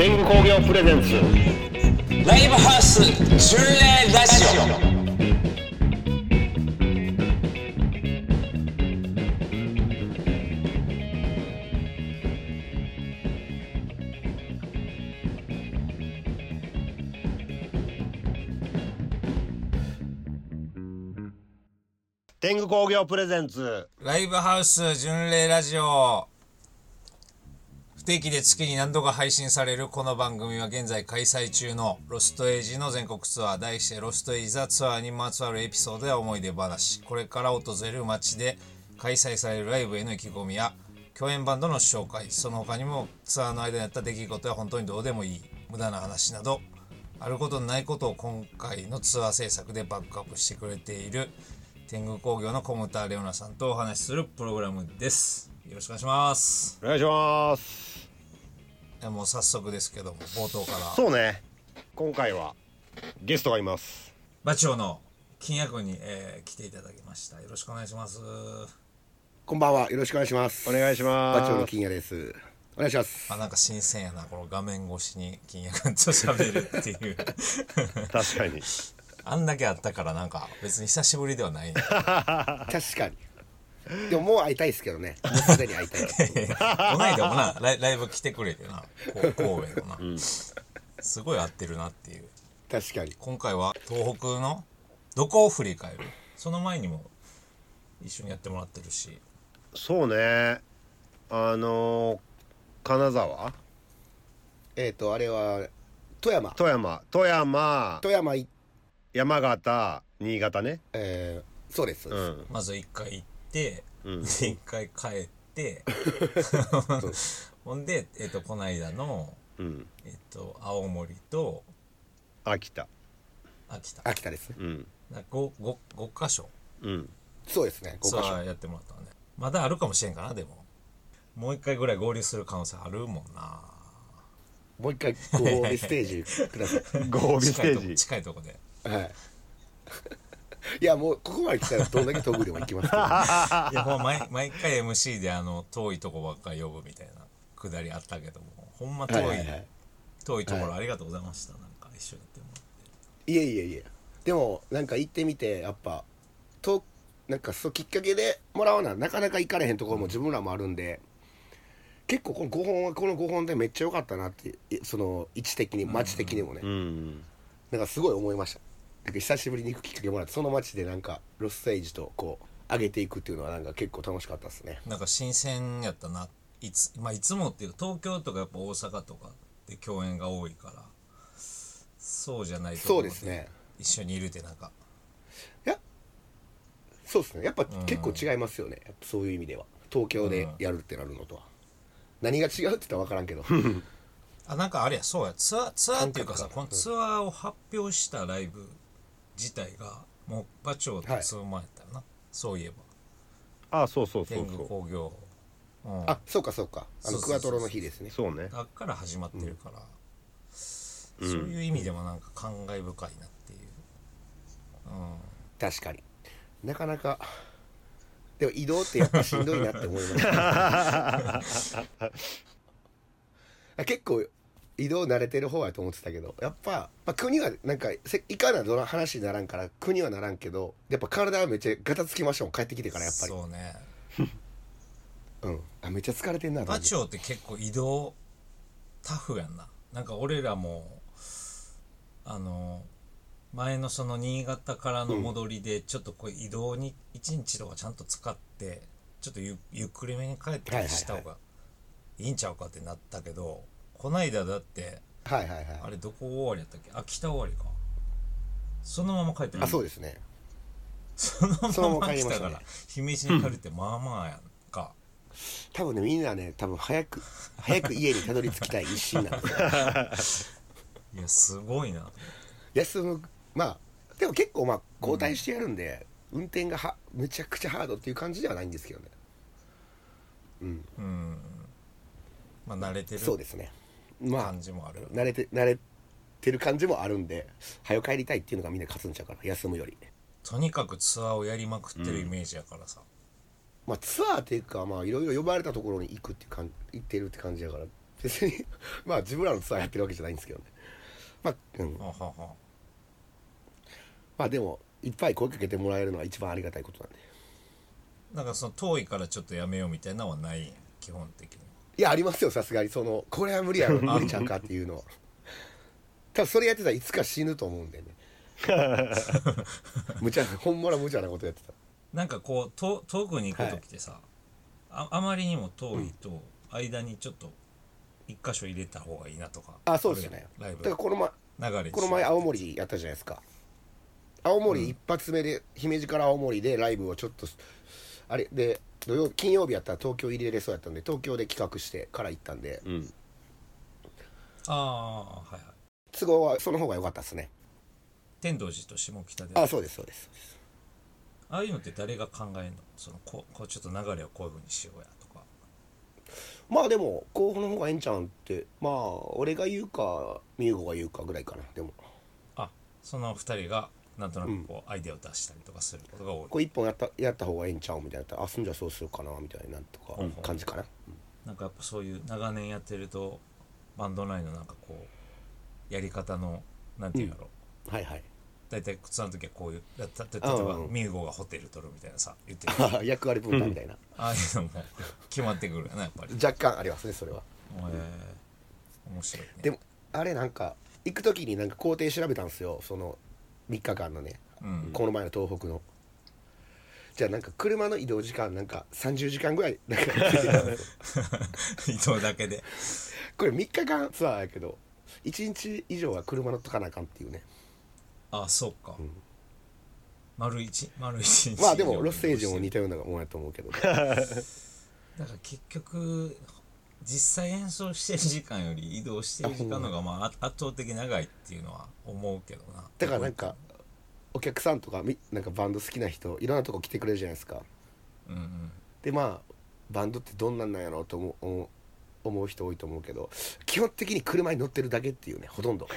天狗工業プレゼンツライブハウス巡礼ラジオ。 天狗工業プレゼンツライブハウス巡礼ラジオ。不定期で月に何度か配信されるこの番組は現在開催中のロストエイジの全国ツアー、題してロストエイジザツアーにまつわるエピソードや思い出話、これから訪れる街で開催されるライブへの意気込みや共演バンドの紹介、その他にもツアーの間にあった出来事や本当にどうでもいい無駄な話など、あることのないことを今回のツアー制作でバックアップしてくれている天狗工業の小牟田レオナさんとお話しするプログラムです。よろしくお願いします。 お願いします。 もう早速ですけども、冒頭からそうね、今回はゲストがいます。 馬長の金也君に、来ていただきました。よろしくお願いします。 こんばんは、よろしくお願いします。 お願いします。 馬長の金也です。お願いします。 なんか新鮮やな、この画面越しに金也君と喋るっていう確かにあんだけあったからなんか別に久しぶりではないね確かに。でももう会いたいですけどね。もうすでに会いたい。 こないだもなライブ来てくれてな、神戸のな、すごい合ってるなっていう。 確かに。 今回は東北のどこを振り返る、その前にも一緒にやってもらってるし。 そうね、金沢、 あれは富山山形、新潟ね。 そうです、 まず一回行って、で一回帰ってほんでこないだの、青森と秋田です。 5カ所、 そうですね。5 ツカ所アーやってもらったんで、まだあるかもしれんかな。でももう一回ぐらい合流する可能性あるもんな。 もう一回ご褒美ステージください。 ご褒美ステージ近いとこで。 はいいやもうここまで来たらどんだけ遠くでも行きますけど、 いやもう毎回 MC で遠いとこばっかり呼ぶみたいなくだりあったけども、ほんま遠いところありがとうございました。なんか一緒にやってもらって。 いえでもなんか行ってみてやっぱなんかそうきっかけでもらわなかなか行かれへんところも自分らもあるんで、結構この5本でめっちゃ良かったなって、その位置的に街的にもね、なんかすごい思いました。なんか久しぶりに行くきっかけもらって、その街でなんかロストエイジとこう上げていくっていうのはなんか結構楽しかったですね。 なんか新鮮やったな。いつもっていうか東京とかやっぱ大阪とかで共演が多いから、そうじゃないところで一緒にいるってなんか、 いやそうですね、やっぱ結構違いますよね、やっぱそういう意味では東京でやるってなるのとは、何が違うって言ったら分からんけどなんかあれや、そうや、ツアーっていうかさ、このツアーを発表したライブ自体がもう馬長とその前やったよな、そういえば。 そう天狗工業、 そうかクワトロの日ですね。 そうね、 だから始まってるから、そういう意味でもなんか感慨深いなっていう。 確かになかなかでも移動ってやっぱしんどいなって思いました結構移動慣れてる方やと思ってたけど、やっぱ、国はなんかいかなどの話にならんから国はならんけど、やっぱ体はめっちゃガタつきましたもん、帰ってきてからやっぱり。 そうねめっちゃ疲れてんな。 馬長って結構移動タフやんな。なんか俺らも前のその新潟からの戻りでちょっとこう移動に1日とかちゃんと使ってちょっとゆっくりめに帰ってした方がいいんちゃうかってなったけど、こないだだってあれどこ終わりやったっけ、秋田終わりか、そのまま帰ってる。 そうですね、 そのまま来たから姫路に帰るってまあまあやんか。 多分ね、みんなね多分早く家にたどり着きたい一心なんですよいやすごいな。 休む、でも結構交代してやるんで、運転がめちゃくちゃハードっていう感じではないんですけどね。 慣れてるそうですね、 感じもある。 慣れてる感じもあるんで、早く帰りたいっていうのがみんな勝つんちゃうから、休むより。 とにかくツアーをやりまくってるイメージやからさ、 ツアーっていうかいろいろ呼ばれたところに行ってるって感じだから、 別にまあ自分らのツアーやってるわけじゃないんですけどね。まあははは。 まあでもいっぱい声かけてもらえるのは一番ありがたいことなんで。 なんかその遠いからちょっとやめようみたいなのはないんや基本的に。 いやありますよ、さすがに。これは無理やろ無理ちゃうかっていうのは多分それやってたらいつか死ぬと思うんでねほんまら無茶なことやってた。 なんかこう遠くに行く時ってさ、あまりにも遠いと間にちょっと一箇所入れた方がいいなとか。 あ、そうですよね。 ライブだからこの前青森やったじゃないですか。青森一発目で、姫路から青森でライブをちょっとあれで金曜日やったら東京入れれそうやったんで、東京で企画してから行ったんで、 ああはいはい。 都合はその方が良かったですね。 天童寺と下北で。 あ、そうですそうです。 ああいうのって誰が考えんの？こうちょっと流れをこういう風にしようやとか。 まあでも候補の方がええんちゃうんって、まあ俺が言うか美優子が言うかぐらいかな。でもその2人がなんとなくこうアイデアを出したりとかすることが多い。 これ一本やった方がええんちゃうみたいな、そんじゃそうするかなみたいなとか感じかな。 なんかやっぱそういう長年やってるとバンド内のなんかこうやり方のなんていうんやろ、 はいはい。 大体靴の時はこういう例えばミューゴがホテル取るみたいなさ言ってる役割分担みたいな、 ああいうのも決まってくるよなやっぱり。 若干ありますねそれは。 面白いね。 でもあれなんか行く時になんか工程調べたんですよ、その3日間のね、この前の東北の。じゃあなんか車の移動時間なんか30時間ぐらいなんか移動だけでこれ3日間ツアーやけど1日以上は車乗っとかなあかんっていうね。 あ、そうか、丸一日。 まあでもロスエイジも似たようなもんやと思うけど、ね、 だから結局実際演奏してる時間より移動してる時間の方がまあ圧倒的長いっていうのは思うけどな。 だからなんかお客さんとかなんかバンド好きな人いろんなとこ来てくれるじゃないですか。でまあバンドってどんなんなんやろうと思う人多いと思うけど、基本的に車に乗ってるだけっていうね、ほとんど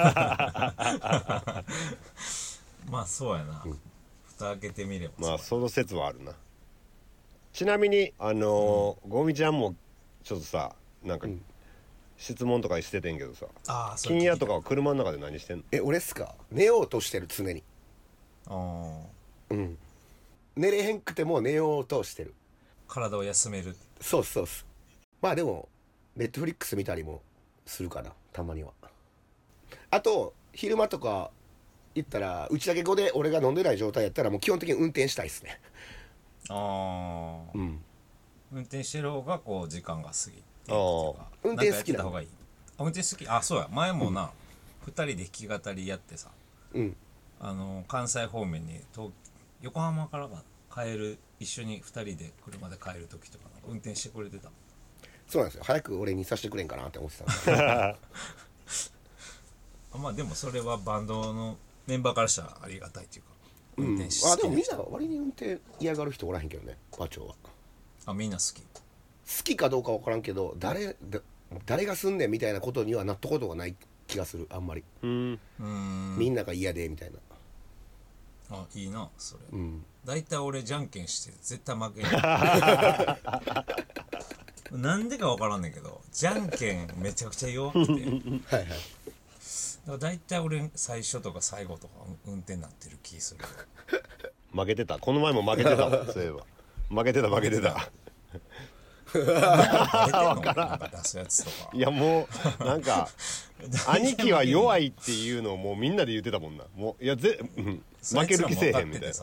まあそうやな、蓋開けてみれば。 まあその説はあるな。ちなみにゴミちゃんもちょっとさなんか質問とかしててんけどさ、金夜とかは車の中で何してんの？ 俺っすか？寝ようとしてる、常に。寝れへんくても寝ようとしてる。 体を休める。 そうっす。まあでもネットフリックス見たりもするかな、たまには。あと昼間とか言ったらうちだけ5で俺が飲んでない状態やったらもう基本的に運転したいっすね。 運転してる方がこう時間が過ぎて運転好きな方がいい。運転好き。そうや、前もな、2人で弾き語りやってさ、関西方面に横浜から帰る、一緒に2人で車で帰る時とか運転してくれてた。 そうなんですよ、早く俺にさせてくれんかなって思ってたんですまあでもそれはバンドのメンバーからしたらありがたいっていうか、運転し好きでもみんな割に運転嫌がる人おらへんけどね、馬長は。 みんな好きかどうか分からんけど、誰がすんねんみたいなことにはなったことがない気がする、あんまり。みんなが嫌でみたいな。 いいなそれ。だいたい俺じゃんけんして絶対負けんなんでか分からんねんけど、じゃんけんめちゃくちゃ弱くてはいはい。だからだいたい俺最初とか最後とか運転になってる気する。 負けてた、この前も負けてたもんそういえば負けてた負けてんのなんか出すやつとか。 いやもうなんか兄貴は弱いっていうのをもうみんなで言ってたもんな。もういや負ける気せえへんみたいな。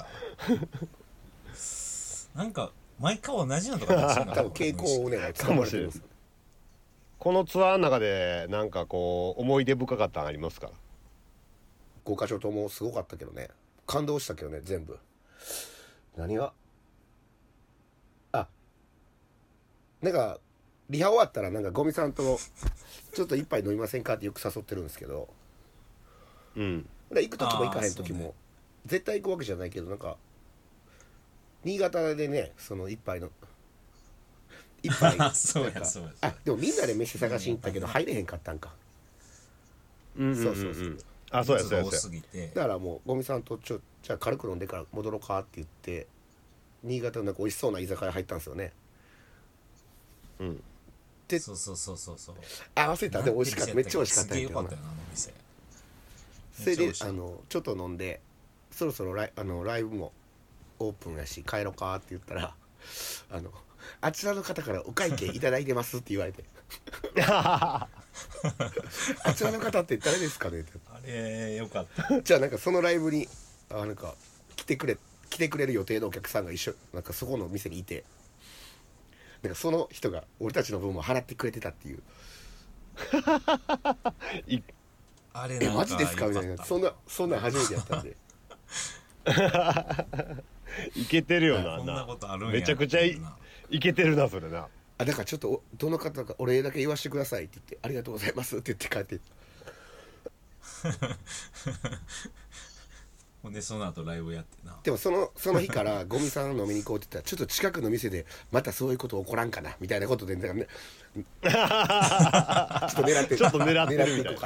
なんか毎回同じのとか出してんの多分傾向をねかもしれない。このツアーの中でなんかこう思い出深かったのありますか ？5箇所ともすごかったけどね、感動したけどね、全部。何がなんかリハ終わったらなんかゴミさんとちょっと一杯飲みませんかってよく誘ってるんですけど、行く時も行かへん時も、絶対行くわけじゃないけど、なんか新潟でね、その一杯そうやそうや。 でもみんなで飯探しに行ったけど入れへんかったんか。そうそうや多すぎて、 だからもうゴミさんとじゃあ軽く飲んでから戻ろうかって言って新潟のなんか美味しそうな居酒屋入ったんですよね。ってそう忘れた。でも美味しかった。めっちゃ美味しかったんやけどな。 すげえよかったよな、あの店。 それでめっちゃ美味しいちょっと飲んでそろそろライブもオープンやし帰ろうかって言ったらあちらの方からお会計いただいてますって言われてあちらの方って誰ですかねって。 あれよかった。 じゃあなんかそのライブになんか来てくれる予定のお客さんがなんかそこの店にいて、なんかその人が俺たちの分も払ってくれてたっていうあれなんかマジですかみたいな、そんなん初めてやったんでいけてるよな、 こんなことあるんやめちゃくちゃいけてるなそれな。 だからちょっとどの方かお礼だけ言わせてくださいって言って、ありがとうございますって言って帰ってほんでその後ライブやってな。 でもその日からゴミさん飲みに行こうって言ったら、ちょっと近くの店でまたそういうこと起こらんかなみたいなことで、ね、ちょっと狙ってるみたいな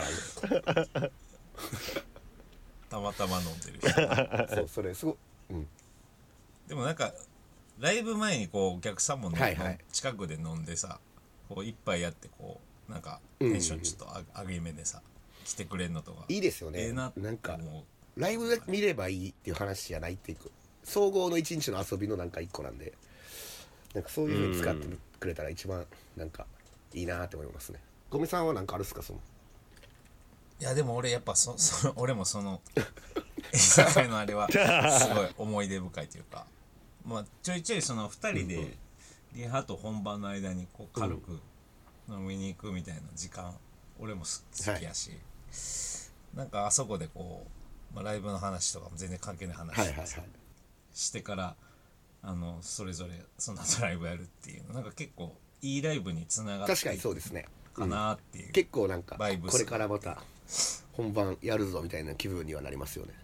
たまたま飲んでる人そうそれすごい、 でもなんかライブ前にこうお客さんも、 はいはい、 近くで飲んでさ、こう一杯やってこうなんかテンションちょっと上げ目でさ、来てくれんのとかいいですよね。なんかライブで見ればいいっていう話じゃないっていう総合の一日の遊びのなんか一個なんで、なんかそういう風に使ってくれたら一番なんかいいなって思いますね。ゴミさんはなんかあるっすか？ いやでも俺やっぱ俺もその居酒屋のあれはすごい思い出深いというか、まあちょいちょいその2人でリハと本番の間にこう軽く飲みに行くみたいな時間、俺も好きやし、なんかあそこでこう、ライブの話とかも全然関係ない話してからそれぞれその後ライブやるっていうの、なんか結構いいライブにつながって確かにそうですねかなっていう、 結構なんかこれからまた本番やるぞみたいな気分にはなりますよね。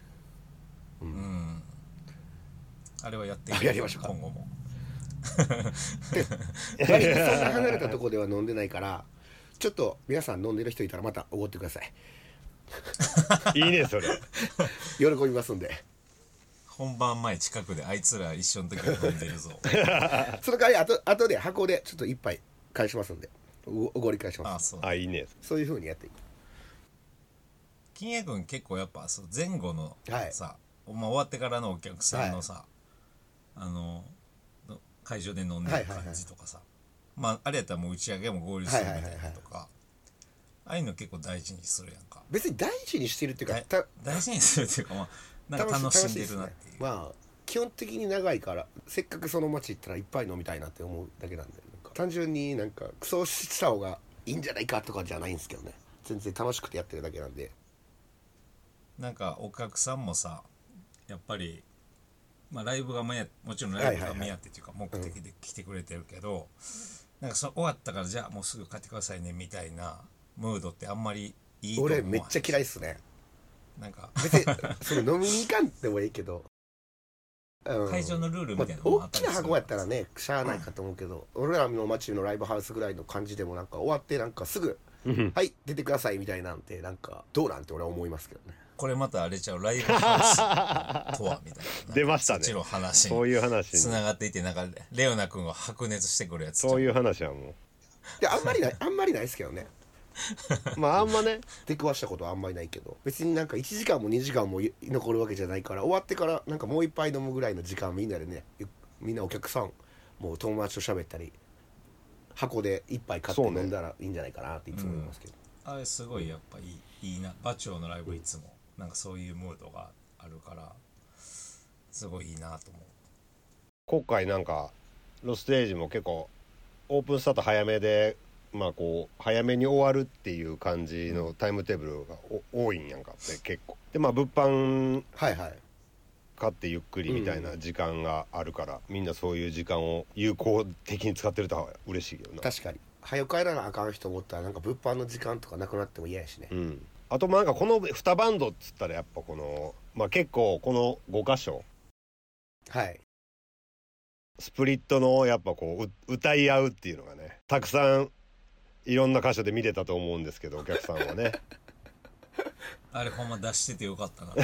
あれはやってやりましょうか今後もそんな離れたところでは飲んでないから、ちょっと皆さん飲んでる人いたらまたおごってくださいいいねそれ喜びますんで。 本番前近くであいつら一緒の時は飲んでるぞその代わり後で箱でちょっと一杯返しますんで、おごり返します。 いいね。 そういう風にやっていく。 金谷君結構やっぱ前後のさ、終わってからのお客さんのさ、会場で飲んでる感じとかさ、あれやったらもう打ち上げも合流するみたいなとか、ああいうの結構大事にするやんか。 別に大事にしてるっていうか大事にするっていうか、なんか楽しんでるなっていう、 基本的に長いからせっかくその街行ったらいっぱい飲みたいなって思うだけなんで、単純になんかクソした方がいいんじゃないかとかじゃないんですけどね、全然楽しくてやってるだけなんで。 なんかお客さんもさ、やっぱりライブがもちろんライブが目当てっていうか目的で来てくれてるけど、なんか終わったからじゃあもうすぐ帰ってくださいねみたいなムードってあんまりいいと思う。 俺めっちゃ嫌いっすね。 なんか別にその飲みに行かんでもいいけど、 会場のルールみたいなのも大きな箱やったらねしゃあないかと思うけど、俺らの街のライブハウスぐらいの感じでもなんか終わってなんかすぐはい出てくださいみたいなんてなんかどうなんて俺は思いますけどね。 これまたあれちゃう、ライブハウスとはみたいな出ましたね。 そっちの話そういう話つながっていて、なんかレオナ君が白熱してくるやつ。 そういう話はもういやあんまりないですけどねあんまね出くわしたことはあんまりないけど、別になんか1時間も2時間も残るわけじゃないから、終わってからなんかもう一杯飲むぐらいの時間みんなでね、みんなお客さんもう友達と喋ったり箱で一杯買って飲んだらいいんじゃないかなっていつも思いますけど、 あれすごいやっぱいいな。馬長のライブいつもなんかそういうムードがあるからすごいいいなと思う。 今回なんかロストエイジも結構オープンスタート早めで、こう早めに終わるっていう感じのタイムテーブルが多いんやんかって結構で、物販買ってゆっくりみたいな時間があるから、みんなそういう時間を有効的に使ってると嬉しいけどな。 確かに早く帰らなあかん人思ったらなんか物販の時間とかなくなっても嫌やしね。 あとなんかこの2バンドっつったらやっぱこの、結構この5箇所スプリットのやっぱこう歌い合うっていうのがね、たくさんいろんな箇所で見れたと思うんですけど、お客さんはねあれほんま出しててよかったなフ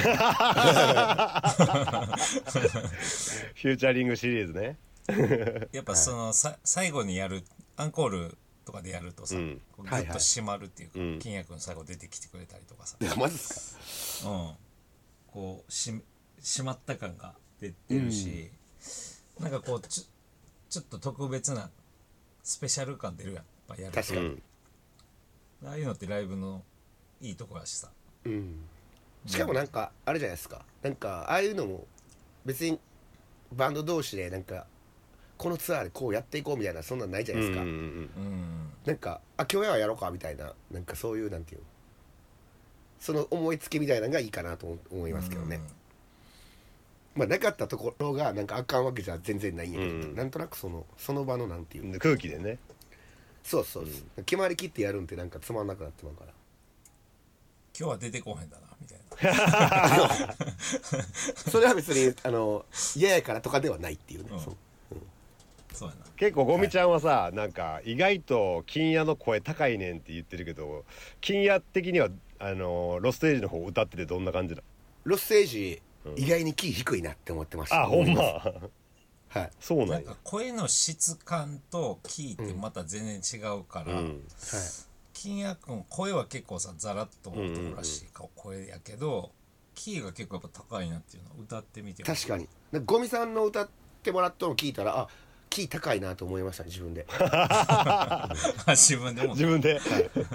ューチャリングシリーズねやっぱ最後にやるアンコールとかでやるとさ、 うんこうギュッと締まるっていうか、 うん金也君最後出てきてくれたりとかさ、 いやマジっすか。 こう締まった感が出てるし、なんかこうちょっと特別なスペシャル感出るやん、やっぱやると確かに、 ああいうのってライブのいいとこやしさ。 しかもなんかあれじゃないですか、なんかああいうのも別にバンド同士でなんかこのツアーでこうやっていこうみたいなそんなんないじゃないですか、なんか今日はやろうかみたいな、なんかそういうなんていうその思いつきみたいなのがいいかなと思いますけどね、まあなかったところがなんかあかんわけじゃ全然ないんやけど、なんとなくその場のなんていう空気でね。 そう、決まりきってやるんってなんかつまんなくなってまうから、 今日は出てこへんだなみたいなそれは別に嫌やからとかではないっていうね、 そうやな。 結構ゴミちゃんはさ、なんか意外と金谷の声高いねんって言ってるけど、金谷的にはロストエイジの方歌っててどんな感じだ？ ロスエイジ、意外にキー低いなって思ってました。 ほんま。 はい。 そうなんや。 なんか声の質感とキーってまた全然違うから、 はい。 金也君声は結構さザラッと男らしい声やけど、キーが結構やっぱ高いなっていうのを歌ってみて確かに。ゴミさんの歌ってもらったのを聞いたら、キー高いなと思いましたね、自分で。 自分でも自分で。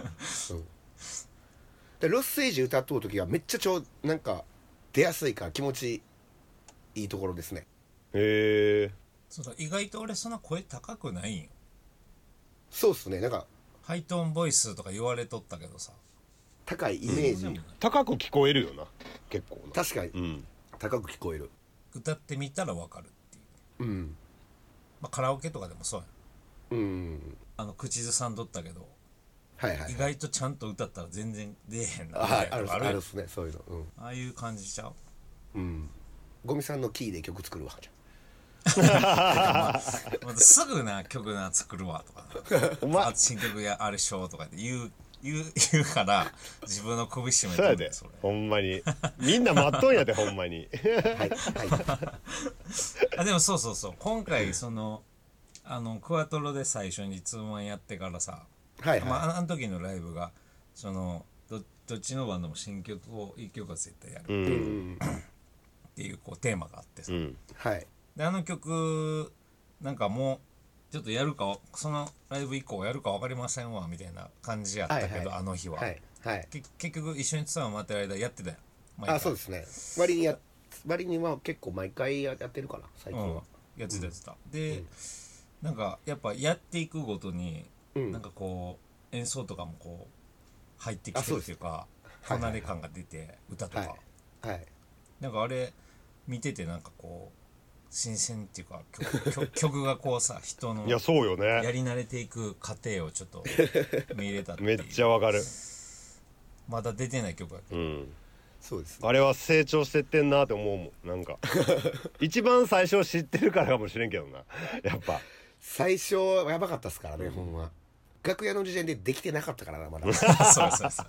でロスエイジ歌っとう時はめっちゃなんか出やすいから気持ちいいところですね。 へえ。 そうだ、意外と俺そんな声高くないんよ。 そうっすね、なんかハイトーンボイスとか言われとったけどさ、 高いイメージ、 高く聞こえるよな。結構な。 確かに、 うん。 高く聞こえる。 歌ってみたらわかるっていう、 うんまあ、カラオケとかでもそうやん。 うん口ずさんどったけど、 はいはい、 意外とちゃんと歌ったら全然出えへんなみあたいなあるとかあるやん。 っすね、そういうの。 ああいう感じちゃう。 ゴミさんのキーで曲作るわ。 またすぐな曲な作るわとかお前新曲やあれしようとかって言うから自分の首絞めそうやでてるそれ。 ほんまにみんな待っとんやでほんまに。 はいでもそう今回そのクワトロで最初にツーマンやってからさ、 はいはい、 まあ、あの時のライブがそのどっちのバンドも新曲を1曲は絶対やるっていうこうテーマがあってさ、 はいで曲なんかもうちょっとやるかそのライブ以降やるか分かりませんわみたいな感じやったけど、あの日は、結局一緒にツアー回ってる間やってたよ。 そうですね。割には結構毎回やってるかな最近は、 やってた、で、なんかやっぱやっていくごとに、なんかこう演奏とかもこう入ってきてるっていうか離れ感が出て、歌とか、なんかあれ見ててなんかこう新鮮っていうか曲がこうさ人のいやそうよねやり慣れていく過程をちょっと見れたっていうめっちゃわかる。 まだ出てない曲やけど、 そうですね。 あれは成長してってんなって思うもん。なんか一番最初知ってるからかもしれんけどな。やっぱ最初はやばかったっすからね、ほんま楽屋の時点でできてなかったからな、まだそう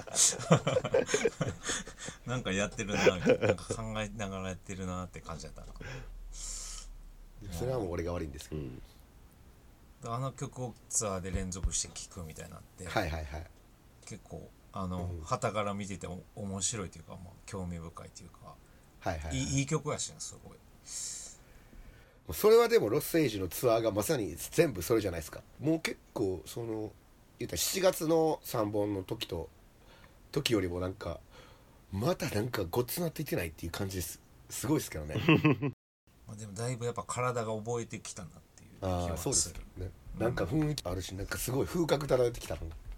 なんかやってるな、なんか考えながらやってるなって感じだったな。 それはもう俺が悪いんですけど、 あの曲をツアーで連続して聴くみたいになって、結構旗から見てて面白いというか、まあ、興味深いというか、いい曲やしな、すごい。 それはでもロスエイジのツアーがまさに全部それじゃないですか。もう結構その言ったら7月の3本の時よりもなんかまたなんかごっつなっていってないっていう感じです。すごいですけどねでもだいぶやっぱ体が覚えてきたなっていう気はそうですする。 ね。なんか雰囲気あるし、なんかすごい風格漂ってきたの。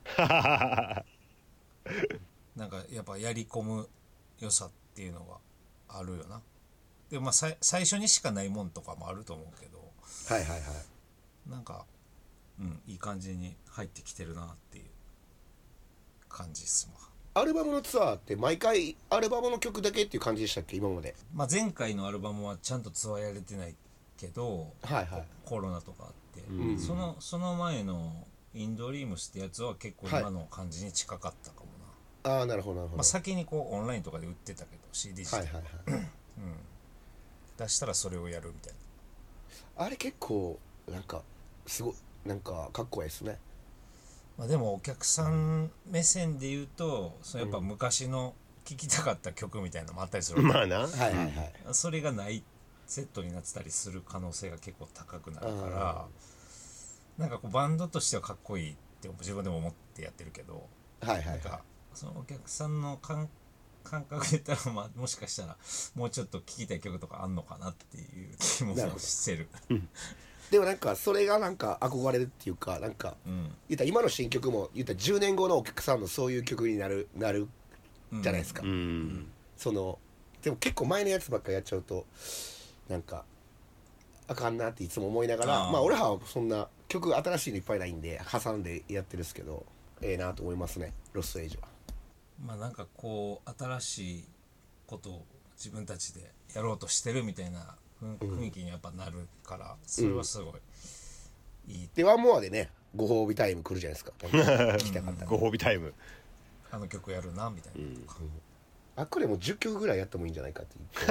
なんかやっぱやり込む良さっていうのがあるよな。でまあ最初にしかないもんとかもあると思うけど、なんかいい感じに入ってきてるなっていう感じっすわ。 アルバムのツアーって毎回アルバムの曲だけっていう感じでしたっけ、今まで。 まあ、前回のアルバムはちゃんとツアーやれてないけど、コロナとかあって、その前のインドリームスってやつは結構今の感じに近かったかもな。 なるほどなるほど。 まあ、先にこうオンラインとかで売ってたけど CD 自体出したらそれをやるみたいな。 あれ結構なんかすごいなんかかっこいいですね。 まあ、でもお客さん目線で言うとそのやっぱ昔の聴きたかった曲みたいなのもあったりするわけ、 まあな、 はいはいはい。 それがないセットになってたりする可能性が結構高くなるからなんかこうバンドとしてはかっこいいって自分でも思ってやってるけど、 はいはいはい。 なんかそのお客さんの感覚で言ったら、まあ、もしかしたらもうちょっと聴きたい曲とかあんのかなっていう気もしてる。 でもなんかそれがなんか憧れるっていうか、なんか、言ったら今の新曲も言ったら10年後のお客さんのそういう曲になるじゃないですか、そのでも結構前のやつばっかやっちゃうとなんかあかんなっていつも思いながら、まあ俺はそんな曲新しいのいっぱいないんで挟んでやってるんですけど、ええなと思いますね、ロストエイジは。 まあなんかこう新しいことを自分たちでやろうとしてるみたいな雰囲気にやっぱなるから、それはすごいいい。 でワンモアでねご褒美タイム来るじゃないですか聞きたかったらご褒美タイム、 あの曲やるなみたいなとか、 あこれも10曲ぐらいやってもいいんじゃないかって言って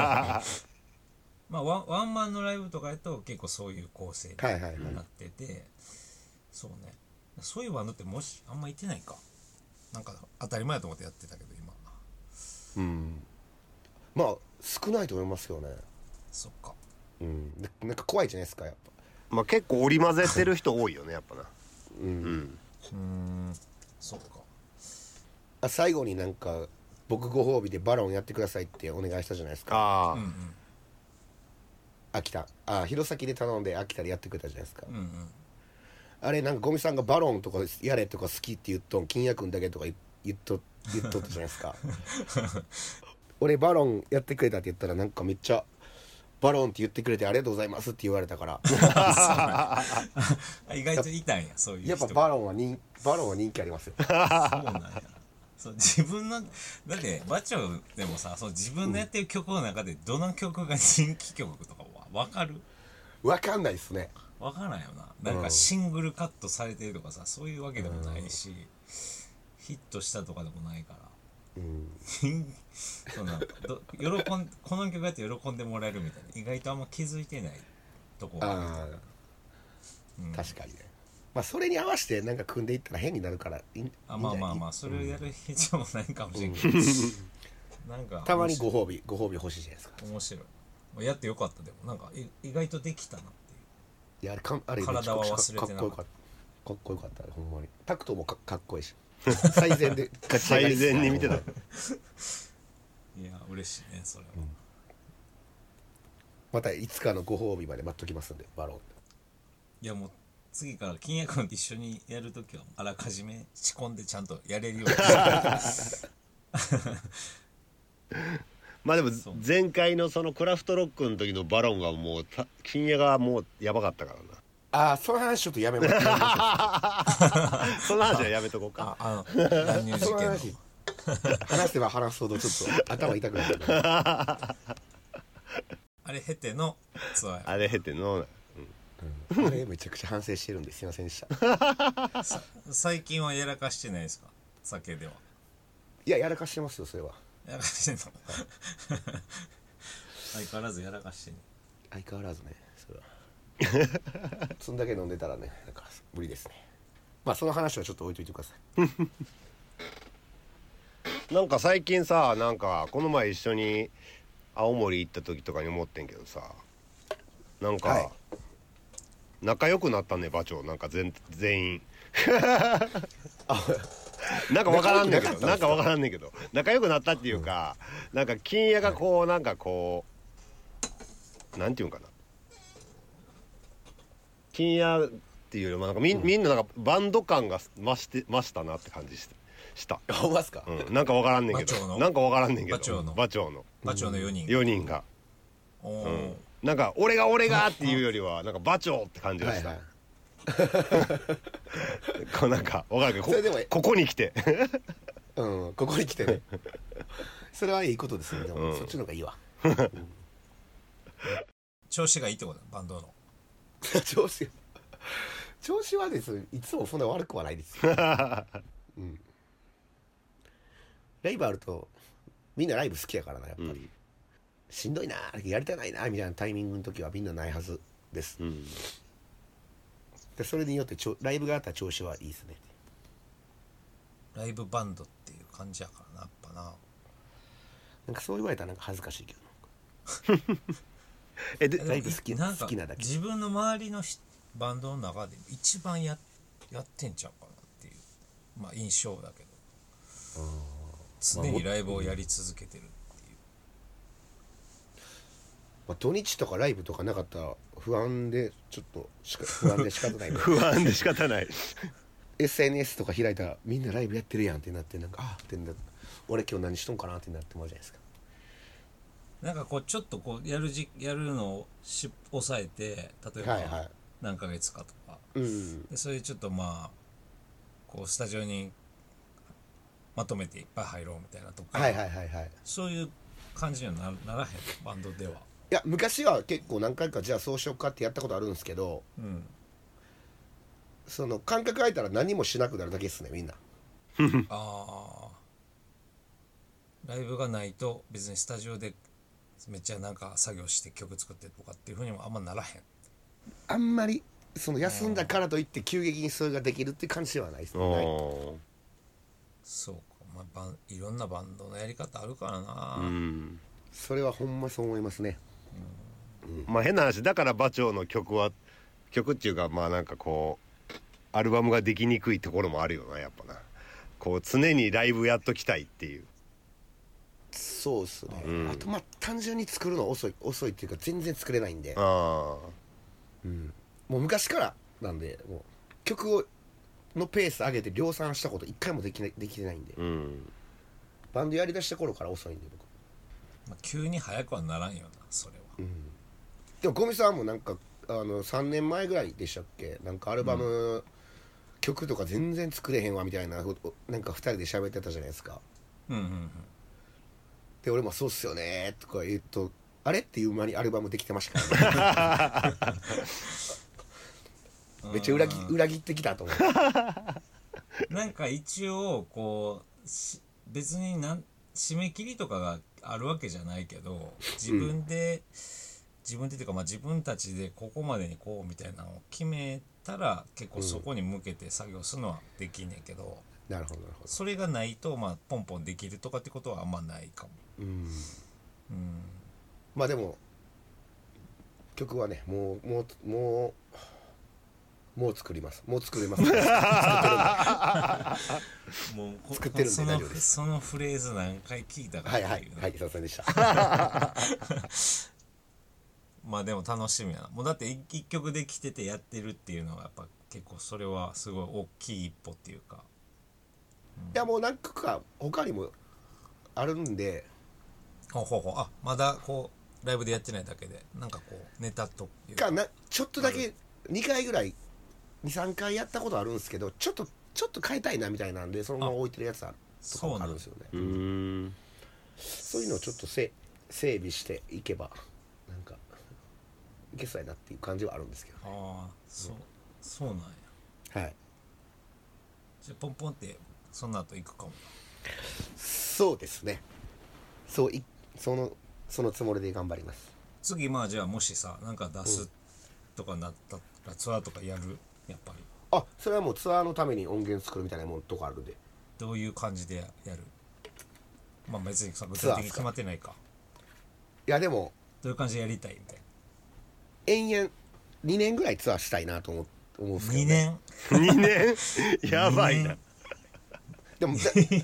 まあワンマンのライブとかやと結構そういう構成にはいはいはいなってて、そうね、そういうバンドってもしあんまいてないか、なんか当たり前だと思ってやってたけど今、 まあ少ないと思いますよね。 そっか。 なんか怖いじゃないですかやっぱ。 まあ結構織り交ぜてる人多いよねやっぱな。 そうか。 あ最後になんか僕ご褒美でバロンやってくださいってお願いしたじゃないですか。 ああ、 秋田弘前で頼んで秋田でやってくれたじゃないですか、あれなんかゴミさんがバロンとかやれとか好きって言っとん金也君だけとか言っとったじゃないですか俺バロンやってくれたって言ったらなんかめっちゃバロンって言ってくれてありがとうございますって言われたから意外といたんやそういう人。 やっぱバロンは人気ありますよそうなんや。そう自分のだってバチョでもさ、そう自分のやってる曲の中でどの曲が人気曲とかは分かる？ 分かんないっすね。 分からんよな。なんかシングルカットされてるとかさ、そういうわけでもないし、ヒットしたとかでもないから、そうなんかこの曲やって喜んでもらえるみたいな、意外とあんま気づいてないとこがある。 確かにね。まあそれに合わせてなんか組んでいったら変になるからまあそれをやる必要もないかもしれんけど、なんかたまにご褒美欲しいじゃないですか。 面白い。やってよかった。でもなんか意外とできたなっていう。 いやあれ体は忘れてなかった。 かっこよかったほんまに。タクトもかっこいいし最善で最善に見てた。 いや嬉しいねそれは、 またいつかのご褒美まで待っときますんでバロン。 いやもう次から金也君と一緒にやるときはあらかじめ仕込んでちゃんとやれるようにしてまあでも前回のそのクラフトロックの時のバロンがもう金也がもうやばかったからな。 その話ちょっとやめますその話はやめとこうか。 乱入事件の話せば話すほどちょっと頭痛くなるあれ経てのツアー。 あれ経てのあれめちゃくちゃ反省してるんですいませんでした最近はやらかしてないですか？酒では。 いややらかしてますよそれは。 やらかしてんの相変わらずやらかしてんの。 相変わらずねそれはそんだけ飲んでたらねなんか無理ですね。まあその話はちょっと置いといてくださいなんか最近さ、なんかこの前一緒に青森行った時とかに思ってんけどさ、なんか、 はい仲良くなったね馬長。なんか全員なんか分からんねんけど仲良くなったっていうか、なんか金也がこうなんかこうなんていうんかな、金也っていうよりもなんかみんななんかバンド感が増したなって感じした。 思いますか、 なんか分からんねんけど馬長の 4人 4人がなんか俺がっていうよりはなんか馬長って感じがした、こうなんか分かるけどそれでもここに来てここに来てねそれはいいことですよ。でもそっちの方がいいわ調子がいいってことだバンドの調子はですいつもそんな悪くはないですよ、ライブあるとみんなライブ好きやからなやっぱり、しんどいなやりたないなみたいなタイミングの時はみんなないはずです、 でそれによってライブがあったら調子はいいですね。 ライブバンドっていう感じやからな、やっぱな。 なんかそう言われたらなんか恥ずかしいけどでライブなんか好きなだけ。 自分の周りのバンドの中で一番やってんちゃうかなっていう、まあ印象だけど、常にライブをやり続けてるっていう、 まあ、土日とかライブとかなかったら不安で不安で仕方ないね不安で仕方ない SNS とか開いたらみんなライブやってるやんってなって、なんかあって俺今日何しとんかなってなってもらうじゃないですか。 なんかこうちょっとこうやるのを抑えて、例えばはいはい何ヶ月かとか、 うんでそれでちょっとまあこうスタジオにまとめていっぱい入ろうみたいなとか、 はいはいはいはい。 そういう感じにはならへん、バンドでは。 いや昔は結構何回かじゃあそうしようかってやったことあるんですけど、 うんその感覚空いたら何もしなくなるだけですねみんな。 ああ、ライブがないと別にスタジオでめっちゃなんか作業して曲作ってとかっていうふうにもあんまならへん。 あんまりその休んだからといって急激にそれができるっていう感じではないですね。ないそうか、まあ、いろんなバンドのやり方あるからな。 うんそれはほんまそう思いますね。 まあ変な話だから馬長の曲っていうかまあなんかこうアルバムができにくいところもあるよなやっぱな。こう常にライブやっときたいっていう。 そうっすね、 うんあとまあ単純に作るの遅いっていうか全然作れないんで、 あもう昔からなんでもう曲のペース上げて量産したこと一回もできてないんで、 あうんバンドやりだした頃から遅いんで僕。 まあ、急に早くはならんよなそれは。 でもゴミさんもなんか3年前ぐらいでしたっけ、なんかアルバム、曲とか全然作れへんわみたいななんか2人で喋ってたじゃないですか。 うんうんうん。 で俺もそうっすよねとか言うとあれっていう間にアルバムできてましたからねめっちゃ裏切ってきたと思うなんか一応こう別に締め切りとかがあるわけじゃないけど、自分でっていうか、まあ自分たちでここまでにこうみたいなのを決めたら結構そこに向けて作業するのはできんねんけど、 なるほどなるほど。 それがないとまあポンポンできるとかってことはあんまないかも。 まあでも曲はねもう作りますもう作れますもう作ってるんで大丈夫です。 そのフレーズ何回聞いたかっていうね。 はいすいませんでしたまあでも楽しみやな。もうだって一曲できててやってるっていうのはやっぱ結構それはすごい大きい一歩っていうか。 いやもう何曲か他にもあるんで、 あ、まだこうライブでやってないだけでなんかこうネタというかちょっとだけ2回ぐらい 2,3 回やったことあるんですけど、ちょっと変えたいなみたいなんでそのまま置いてるやつとかもあるんですよね。そういうのをちょっと整備していけばなんかいけそうやなっていう感じはあるんですけど、 ああそうなんや。 はい、 じゃあポンポンってその後行くかも。 そうですね。そのつもりで頑張ります。 次まあじゃあもしさなんか出すとかなったらツアーとかやる、やっぱりあ、それはもうツアーのために音源作るみたいなもんとかあるんで。 どういう感じでやる。まあ別にさ具体的に決まってないか。 いやでもどういう感じでやりたいみたいな。 延々2年ぐらいツアーしたいなと思うんですけど、ね、 2 2年やばいな。 でも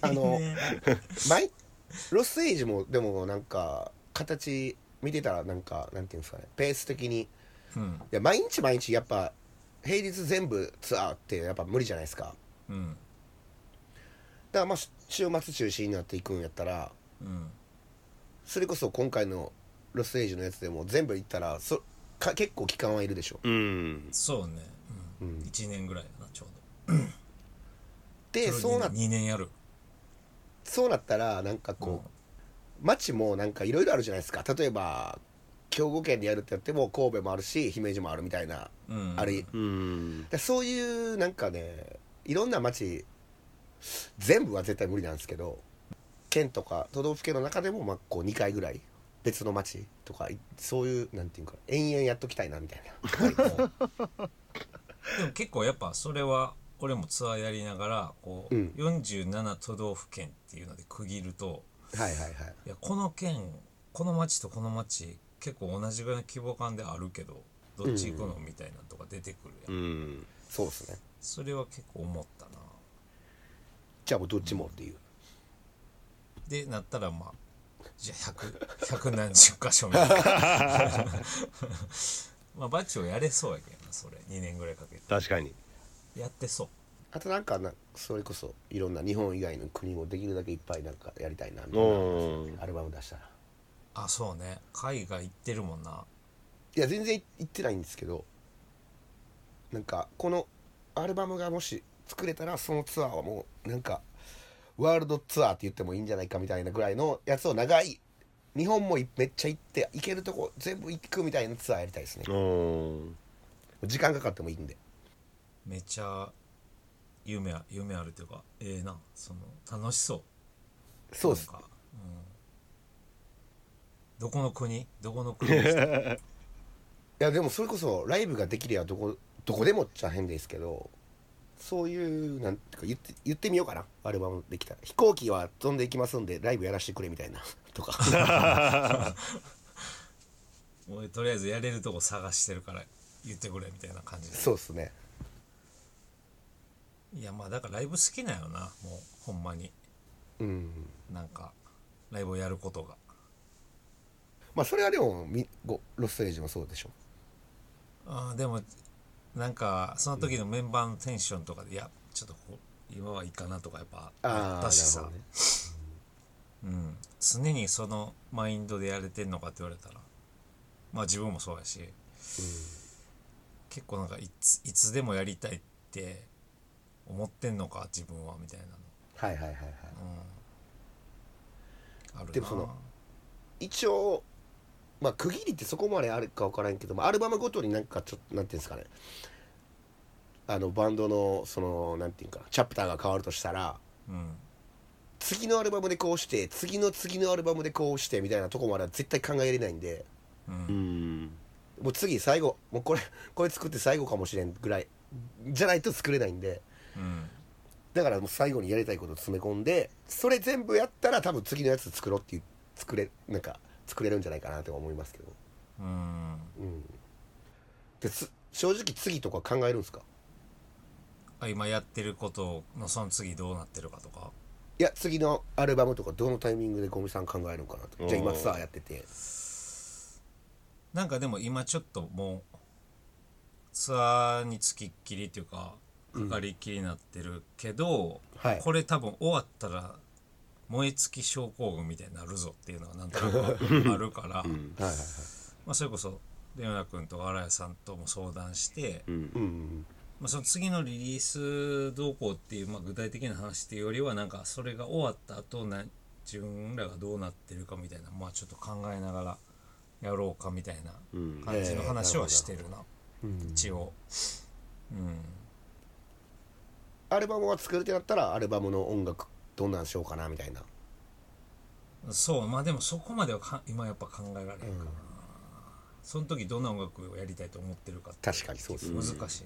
ロスエイジもでもなんか形見てたらなんかなんていうんですかね、ペース的に、いや毎日やっぱ平日全部ツアーってやっぱ無理じゃないですか。だからまあ週末中心になっていくんやったら、それこそ今回のロスエイジのやつでも全部行ったら結構期間はいるでしょ。 そうね、1年ぐらいだなちょうど。 でそう 2年やる。 そうなったらなんかこう、街もなんかいろいろあるじゃないですか。例えば兵庫県でやるってやっても神戸もあるし姫路もあるみたいな、あれ、でそういうなんかねいろんな街全部は絶対無理なんですけど、県とか都道府県の中でもまあこう2回ぐらい別の街とかそういうなんていうか延々やっときたいなみたいなでも結構やっぱそれは俺もツアーやりながらこう、47都道府県っていうので区切ると、 はいはいはい。 いやこの県この町とこの町結構同じぐらいの規模感であるけどどっち行くの、みたいなのとか出てくるやん、 うん。 そうですね。 それは結構思ったな。 じゃあもうどっちもっていう。 でなったらまあじゃあ100何十箇所みたいなまあバチをやれそうやけどな、それ2年ぐらいかけて確かに。 やってそう。 あとなんかそれこそいろんな日本以外の国もできるだけいっぱいなんかやりたいなみたいな、アルバム出したら。 あ、そうね、海外行ってるもんな。 いや全然行ってないんですけど、なんかこのアルバムがもし作れたらそのツアーはもうなんかワールドツアーって言ってもいいんじゃないかみたいなぐらいのやつを長い日本もめっちゃ行って行けるとこ全部行くみたいなツアーやりたいですね。時間かかってもいいんで。 めっちゃ夢あるというかな、その楽しそう。 そうですなんか、どこの国にしていやでもそれこそライブができればどこでもっちゃ変ですけど、そういうなんていうか言ってみようかな。アルバムできたら飛行機は飛んでいきますんでライブやらせてくれみたいなとか俺とりあえずやれるとこ探してるから言ってくれみたいな感じで。 そうっすね。 いやまあだからライブ好きなんよな、もうほんまに。なんかライブをやることが。 まあそれはでもロストエイジもそうでしょ。 でもなんかその時のメンバーのテンションとかで、いやちょっと今はいいかなとかやっぱあったしさ、常にそのマインドでやれてんのかって言われたらまあ自分もそうやし、結構なんかいつでもやりたいって思ってんのか自分はみたいなのはいはいはいはい、 あるな。 でもその一応まあ区切りってそこまであるか分からんけども、アルバムごとになんかちょっとなんていうんですかね、バンドのそのなんていうかチャプターが変わるとしたら、次のアルバムでこうして次のアルバムでこうしてみたいなとこまでは絶対考えれないんで、もう次最後もうこれ作って最後かもしれんぐらいじゃないと作れないんで、だからもう最後にやりたいことを詰め込んで、それ全部やったら多分次のやつ作ろうっていう作れるんじゃないかなと思いますけど。で正直次とか考えるんですか？ 今やってることのその次どうなってるかとか。 いや次のアルバムとかどのタイミングでゴミさん考えるのかなと。じゃあ今ツアーやっててなんかでも今ちょっともうツアーにつきっきりっていうかかかりっきりになってるけど、これ多分終わったら燃え尽き症候群みたいになるぞっていうのがなんとなくあるからまあそれこそ出村君と荒谷さんとも相談して、まあ、その次のリリースどうこうっていう、まあ、具体的な話っていうよりはなんかそれが終わった後自分らがどうなってるかみたいな、まあちょっと考えながらやろうかみたいな感じの話はしてるな、一応。 アルバムを作るってなったらアルバムの音楽どんなんしようかなみたいな。 そうまあでもそこまでは今やっぱ考えられへんかな、その時どんな音楽をやりたいと思ってるかって確かにそうですね、 難しい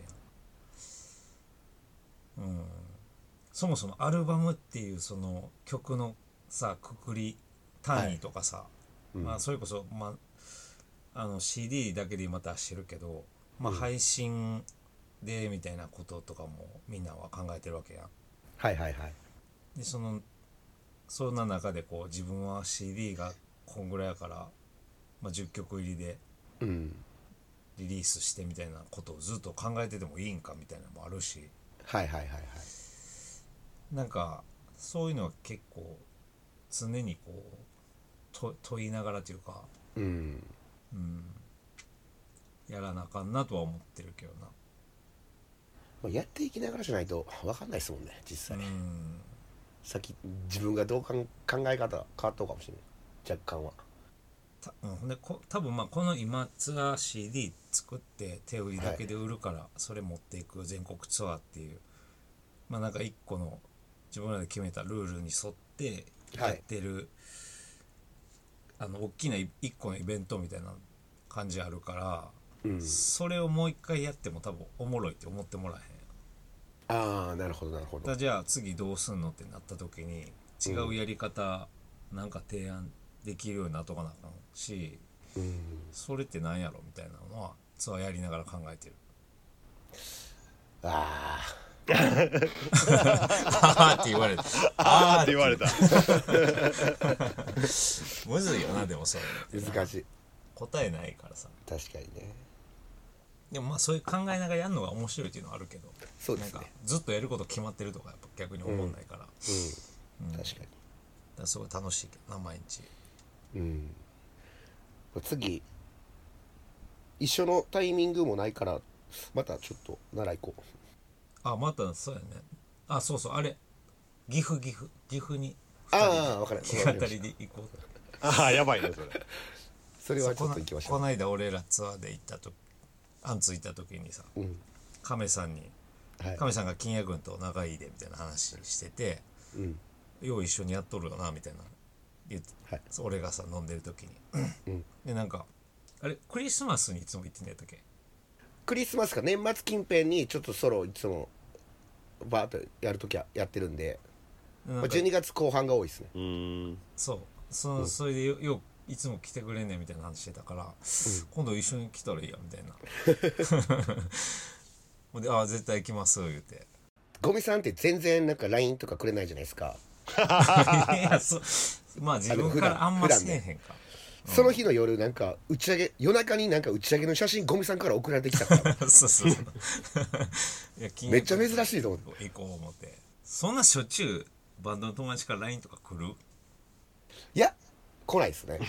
やん。そもそもアルバムっていうその曲のさくくり単位とかさ、まあそれこそまあCD だけで今出してるけど、まあ配信でみたいなこととかもみんなは考えてるわけやん。でそんな中でこう自分は CD がこんぐらいやから、まあ、10曲入りでリリースしてみたいなことをずっと考えててもいいんかみたいなのもあるし、なんかそういうのは結構常にこう問いながらというか、やらなあかんなとは思ってるけどな。 やっていきながらじゃないと分かんないですもんね実際。先自分がどう考え方変わったかもしれない若干は。 で多分まあこの今ツアー CD 作って手売りだけで売るからそれ持っていく全国ツアーっていう、まあなんか一個の自分らで決めたルールに沿ってやってる、大きな一個のイベントみたいな感じあるから、 それをもう一回やっても多分おもろいって思ってもらえへん。 ああなるほどなるほど。 じゃあ次どうすんのってなった時に違うやり方なんか提案できるようになっとかなあかんし、それってなんやろみたいなのはツアーやりながら考えてる。 ああーって言われた。 あーって言われた。 むずいよなでもそれあ難しい。 答えないからさ。 確かにね。 でもまあそういう考えながらやるのが面白いっていうのはあるけど、 そうですねなんかずっとやること決まってるとかやっぱ逆に思んないから、だか確かに。 らすごい楽しいけどな毎日。 次一緒のタイミングもないからまたちょっと奈良行こう。 あまたそうやね。あそうそうあれ岐阜にああ分かる。 弾き語りで行こう。 ああやばいねそれ。 それはちょっと行きましょう。 この間俺らツアーで行ったとアンツ行った時にさ、亀さんに、亀さんが金谷君と仲いいでみたいな話してて、よう一緒にやっとるよなみたいな言って、俺がさ飲んでる時に、でなんかあれクリスマスにいつも行ってんだやったっけ。 クリスマスか年末近辺にちょっとソロいつもバーッとやるときはやってるんで、12月後半が多いですね。 そうそれでよいつも来てくれんねんみたいな話してたから、今度一緒に来たらいいやみたいな。であ絶対行きます言うて。 ゴミさんって全然なんか LINE とかくれないじゃないですか。 いやまあ自分からあんませえへんか。 その日の夜なんか打ち上げ夜中になんか打ち上げの写真ゴミさんから送られてきたからそういやめっちゃ珍しいと思って行こう思って。そんなしょっちゅうバンドの友達から LINE とか来る？ いや来ないですね。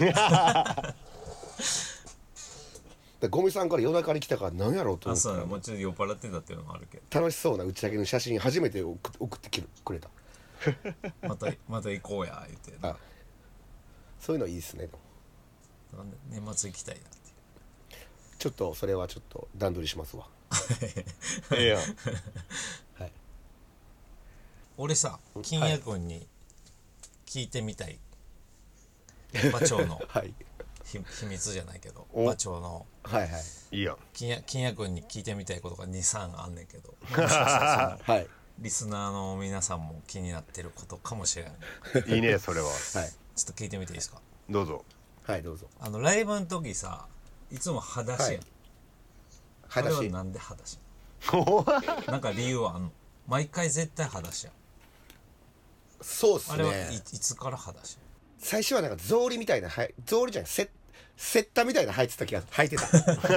でゴミさんから夜中に来たから何やろうと思ったらもうちょっと酔っ払ってたっていうのもあるけど楽しそうな打ち上げの写真初めて送ってくれた。 また行こうや言ってあそういうのいいですね。 年末行きたいなって。 ちょっとそれはちょっと段取りしますわ。 ええやん。 はい。 俺さ金谷君に聞いてみたい、馬長のはい秘密じゃないけどお馬長のはいはいいいやん。 金谷君に聞いてみたいことが 2,3 あんねんけどはいリスナーの皆さんも気になってることかもしれない。 いいねそれは。 はいちょっと聞いてみていいですか。 どうぞ。 はいどうぞ。 ライブの時さいつも裸足やん、 裸足あれはなんで裸足なんか理由はあんの？毎回絶対裸足やん。 そうっすあれはいね。 つから裸足？ 最初はなんか草履みたいな草履じゃないセッタみたいな履いてた時は履いてた。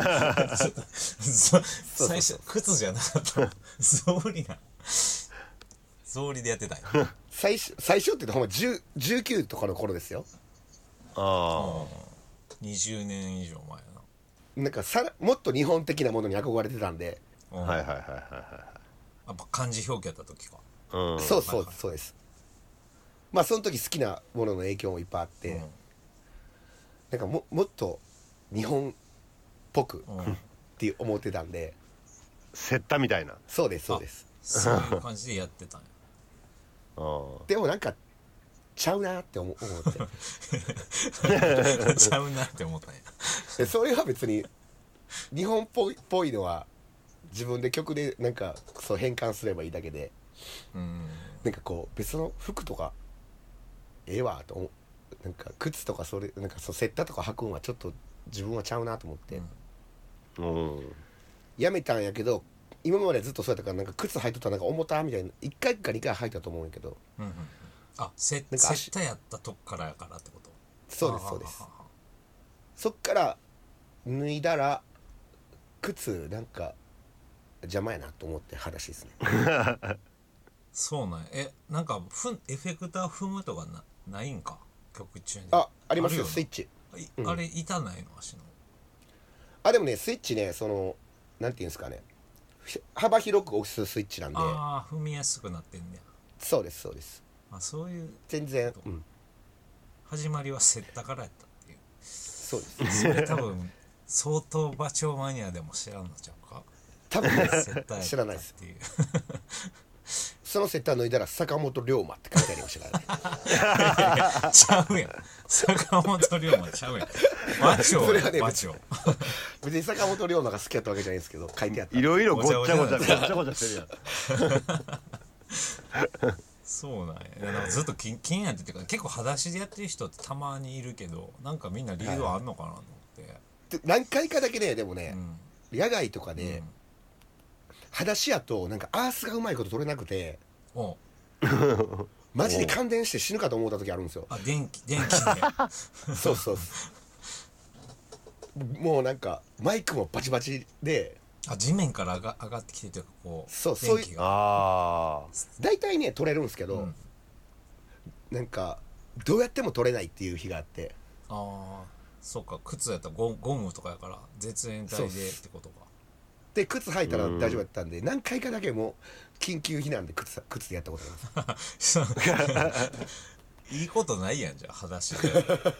最初靴じゃなかった草履な草履でやってたんや。 最初って言うとほんま19とかの頃ですよ。 あ 20年以上前やな。 なんかもっと日本的なものに憧れてたんで、 あはいはいはいはいやっぱ漢字表記やった時か。 はい。 そうです。まあその時好きなものの影響もいっぱいあって、なんかもっと日本っぽくって思ってたんで、 セッタみたいな。 そうです。 そういう感じでやってたんや。 でもなんかちゃうなって思ってちゃうなって思ったんや。 でそれは別に日本っぽいのは自分で曲でなんかそう変換すればいいだけで、なんかこう別の服とかええわと思う。なんか靴とかそれなんかそうセッタとか履くんはちょっと自分はちゃうなと思って、やめたんやけど今までずっとそうやったからなんか靴履いとったらなんか重たみたいな1回か2回履いたと思うんやけど、 あセッタやったとこからやからってこと。 そうです。そっから脱いだら靴なんか邪魔やなと思って裸足ですね。 そうなんや。なんかエフェクター踏むとかないんか曲中に。 ありますよあるなスイッチ。 あれ痛ないの足の。 でもねスイッチねそのなんていうんですかね幅広く押すスイッチなんで。 踏みやすくなってんねや。 そうです。 そういう全然、 始まりはセッタからやったっていう。 そうですそれ多分相当馬長マニアでも知らんのちゃうか。 多分セッタやった知らないです。 っていうそのセッター脱いだら坂本龍馬って書いてありましたからねちゃうやん坂本龍馬ちゃうやんマチョそれはねマチョ別に坂本龍馬が好きやったわけじゃないですけど書いてあった。 いろいろごっちゃごちゃごっちゃごちゃしてるやん。 そうなんや。いやなんかずっと気になっててか結構裸足でやってる人ってたまにいるけどなんかみんな理由あんのかなと思って、 で何回かだけねでもね、野外とかで、裸足やとなんかアースがうまいこと取れなくておマジで感電して死ぬかと思った時あるんですよ。 あ電気でそうそうもうなんかマイクもバチバチであ地面から上がってきてというかこうそう電気があ大体ね取れるんですけど、なんかどうやっても取れないっていう日があって、 ああそっか靴やったらゴムとかやから絶縁体でってことか。 で靴履いたら大丈夫だったんで、何回かだけもう緊急避難で靴でやったことありますいいことないやんじゃあ裸足で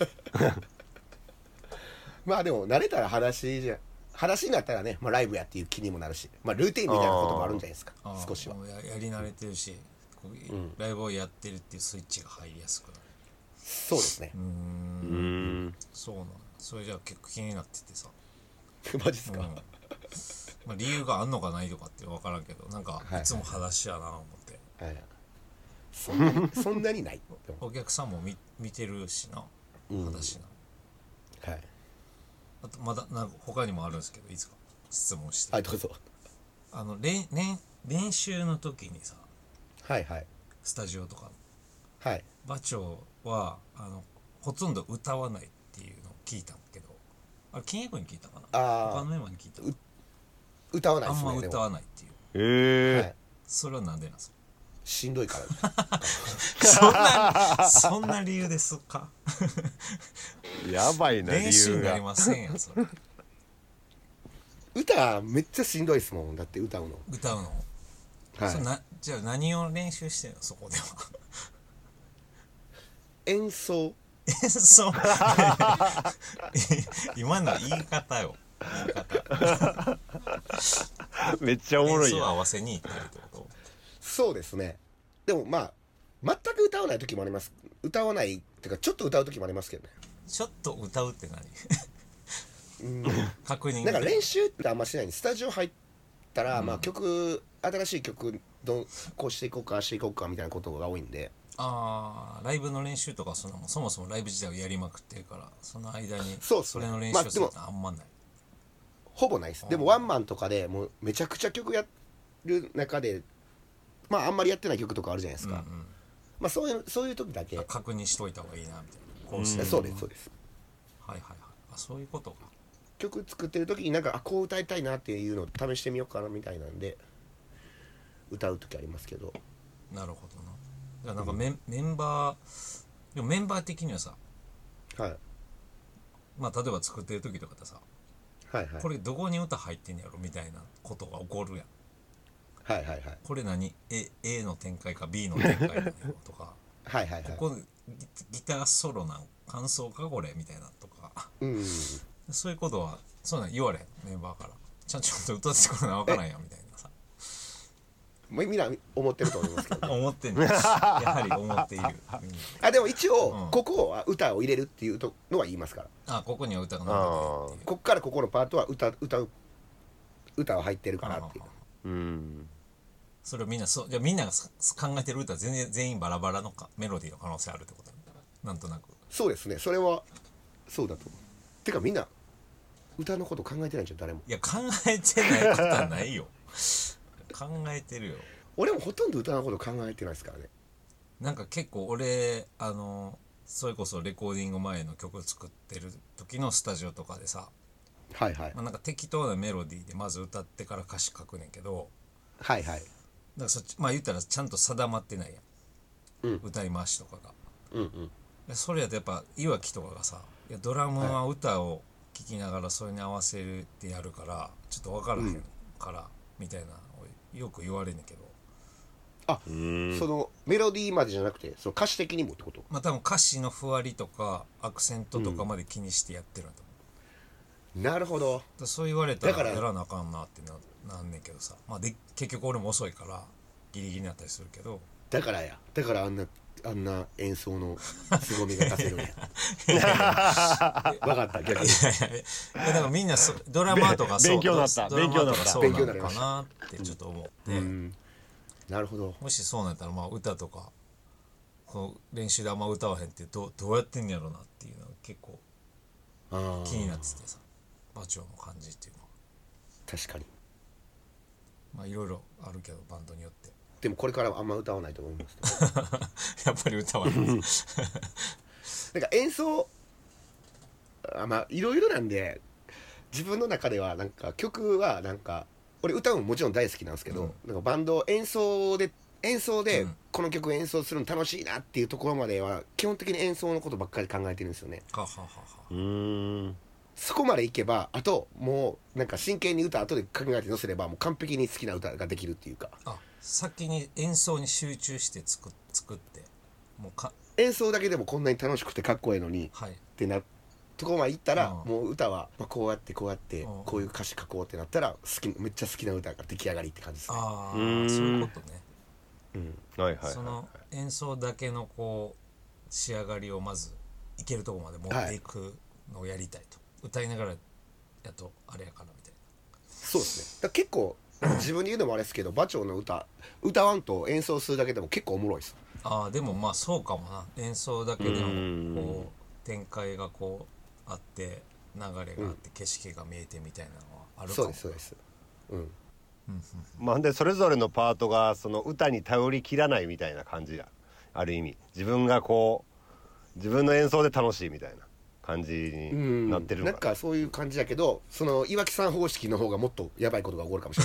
まあでも慣れたら裸足になったらね、まあ、ライブやっていう気にもなるし、まあ、ルーティンみたいなこともあるんじゃないですか。少しはもうやり慣れてるしこうライブをやってるっていうスイッチが入りやすくなる。 そうですね。 そうなんそれじゃあ結構気になっててさマジっすか、 まあ、理由があんのかないとかって分からんけどなんかいつも裸足やな思って、 はい、そんなにないでもお客さんも見てるしな裸足な、 はい、 あとまだなんか他にもあるんですけどいつか質問して、 はいどうぞ。 練習の時にさはいはいスタジオとかはい馬長はほとんど歌わないっていうのを聞いたんだけどあれ金英君に聞いたかな他のメンバーに聞いた歌わないですね。 あんま歌わないっていうえはい、 それはなんでなんですかしんどいからそんな理由ですかやばいな理練習由がになりませんよそれ歌めっちゃしんどいですもん。だって歌うの。 歌うの、 はいじゃあ何を練習してんのそこでは演奏演奏今の言い方よ言い方めっちゃおもろいやん。 演奏合わせに行ったりってことそうですね。でもまあ全く歌わない時もあります。歌わないっていうかちょっと歌う時もありますけどね。 ちょっと歌うって何確認なんか練習ってあんましないんで、スタジオ入ったら、まあ曲新しい曲こうしていこうかしていこうかみたいなことが多いんで。 ライブの練習とかそもそもライブ自体をやりまくってるからその間にそうっすねそれの練習するってあんまない、 ほぼないです。でもワンマンとかでもうめちゃくちゃ曲やる中でまああんまりやってない曲とかあるじゃないですか、まあそういう時だけ。 確認しといた方がいいなみたいなこうしてそうですそうです。 はいはいはいあそういうことか曲作ってる時になんかこう歌いたいなっていうのを試してみようかなみたいなんで歌う時ありますけど。 なるほどな。じゃあなんかメンバーでもメンバー的にはさはいまあ例えば作ってる時とかでさはいはいこれどこに歌入ってんやろみたいなことが起こるやん。 はいはいはいこれ何 A の展開か B の展開なんやろとかはいはいはいここギターソロなん感想かこれみたいなとかそういうことはそうなん言われへんメンバーからちゃんと歌ってくるのは分からんやんみたいなさみんな思ってると思いますけど思ってんねやはり思っているあでも一応、ここは歌を入れるっていうのは言いますから。 ここには歌がないっていうこっからここのパートは歌は入ってるからっていう。 それをみんなじゃあみんなが考えてる歌は全員バラバラのメロディーの可能性あるってことなんとなく。 そうですね。それはそうだと思う。てかみんな歌のこと考えてないんじゃん誰も。 いや考えてないことはないよ考えてるよ。 俺もほとんど歌のこと考えてないですからね。 なんか結構俺それこそレコーディング前の曲作ってる時のスタジオとかでさ、 はいはい、 なんか適当なメロディーでまず歌ってから歌詞書くねんけど、 はいはい、 だからまあ言ったらちゃんと定まってないやん、歌い回しとかが、それやとやっぱいわきとかがさいやドラムは歌を聴きながらそれに合わせるってやるからちょっと分からへんから、みたいなよく言われんねんけど、 そのメロディーまでじゃなくてその歌詞的にもってこと？ まあ多分歌詞のふわりとかアクセントとかまで気にしてやってるんだと思う、 なるほど。 そう言われたらだからやらなあかんなってなんねんけどさ、まあ、結局俺も遅いからギリギリになったりするけどだからあんな演奏の凄みが出せるんや分かった逆にいやだからみんなドラマーとかそう勉強になったドラマーとかそうな勉強になのかりましたなってちょっと思って、 なるほど。 もしそうなったらまあ歌とかこの練習であんま歌わへんってどうやってんやろうなっていうのが結構気になっててさ馬長の感じっていうのは確かに。 まあいろいろあるけどバンドによってでもこれからはあんま歌わないと思いますやっぱり歌わないなんか演奏まあいろいろなんで自分の中ではなんか曲はなんか俺歌うのもちろん大好きなんですけど、なんかバンド演奏でこの曲演奏するの楽しいなっていうところまでは基本的に演奏のことばっかり考えてるんですよね。 ははははそこまでいけばあともうなんか真剣に歌後で考えて載せればもう完璧に好きな歌ができるっていうか、 先に演奏に集中して作ってもう演奏だけでもこんなに楽しくてかっこいいのに、 はいってなとこまでいったら、もう歌は、まあ、こうやってこういう歌詞書こうってなったらめっちゃ好きな歌が出来上がりって感じですね。 ああそういうことね、 はいはい、 その演奏だけのこう仕上がりをまずいけるところまで持っていくのをやりたいと、歌いながらやとあれやからみたいな。 そうですね。だ結構なんか自分で言うのもあれですけど馬長の歌わんと演奏するだけでも結構おもろいです。 でもまあそうかもな。演奏だけでもこう展開がこうあって流れがあって景色が見えてみたいなのはあるかも。 そうですまあでそれぞれのパートがその歌に頼りきらないみたいな感じがある意味自分がこう自分の演奏で楽しいみたいな感じになってるなんかそういう感じだけどその岩木さん方式の方がもっとやばいことが起こるかもしれ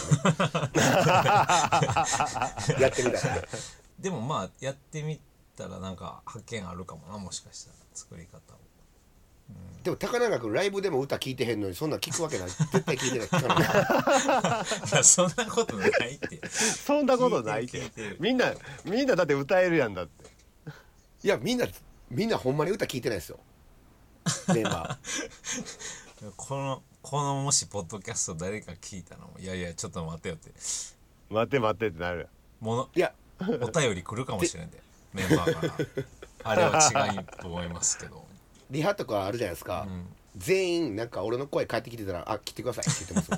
ないやってみたらでもまあやってみたらなんか発見あるかもな、もしかしたら作り方を。 でも高永君ライブでも歌聴いてへんのにそんなん聞くわけない絶対聞いてない聞かないいやそんなことないってそんなことないってみんなだって歌えるやんだって。 いやみんなほんまに歌聴いてないですよメンバーこのもしポッドキャスト誰か聞いたらもいやちょっと待てよって待ってってなるいやお便り来るかもしれんでメンバーからあれは違いと思いますけどリハとかあるじゃないですか、全員なんか俺の声返ってきてたら来てくださいって言って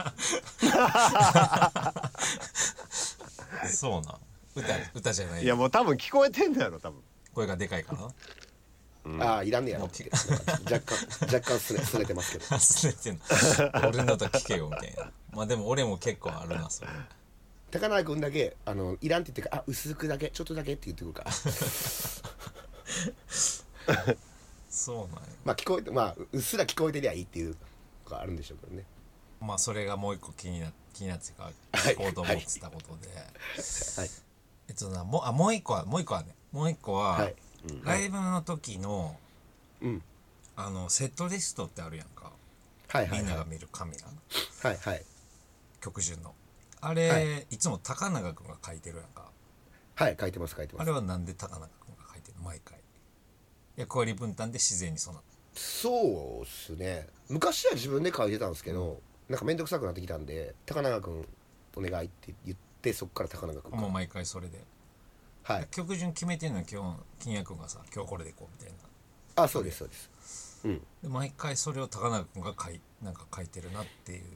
ますそうな歌じゃない。 いやもう多分聞こえてんだろ多分声がでかいからな。 いらんねやろって若干すねてますけどすねてんの俺の歌聞けよみたいな。まあでも俺も結構あるなそれ。 高永君だけいらんって言ってから薄くだけちょっとだけって言ってくるからそうなんや。 まあうっすら聞こえてりゃいいっていうのがあるんでしょうけどね。 まあそれがもう一個気になってか聞こうと思ってたことで、もう一個ははいライブの時の、 うんセットリストってあるやんか、みんなが見る紙な曲順のあれ、いつも高永君が書いてるやんか。 書いてますあれはなんで高永君が書いてるの毎回。役割分担で自然にそうなった。 そうっすね。昔は自分で書いてたんですけど、なんか面倒くさくなってきたんで高永君お願いって言ってそっから高永君もう毎回それで、曲順決めてんの今日金也君がさ今日これでいこうみたいな。 そうですで毎回それを高永君がなんか書いてるなっていう。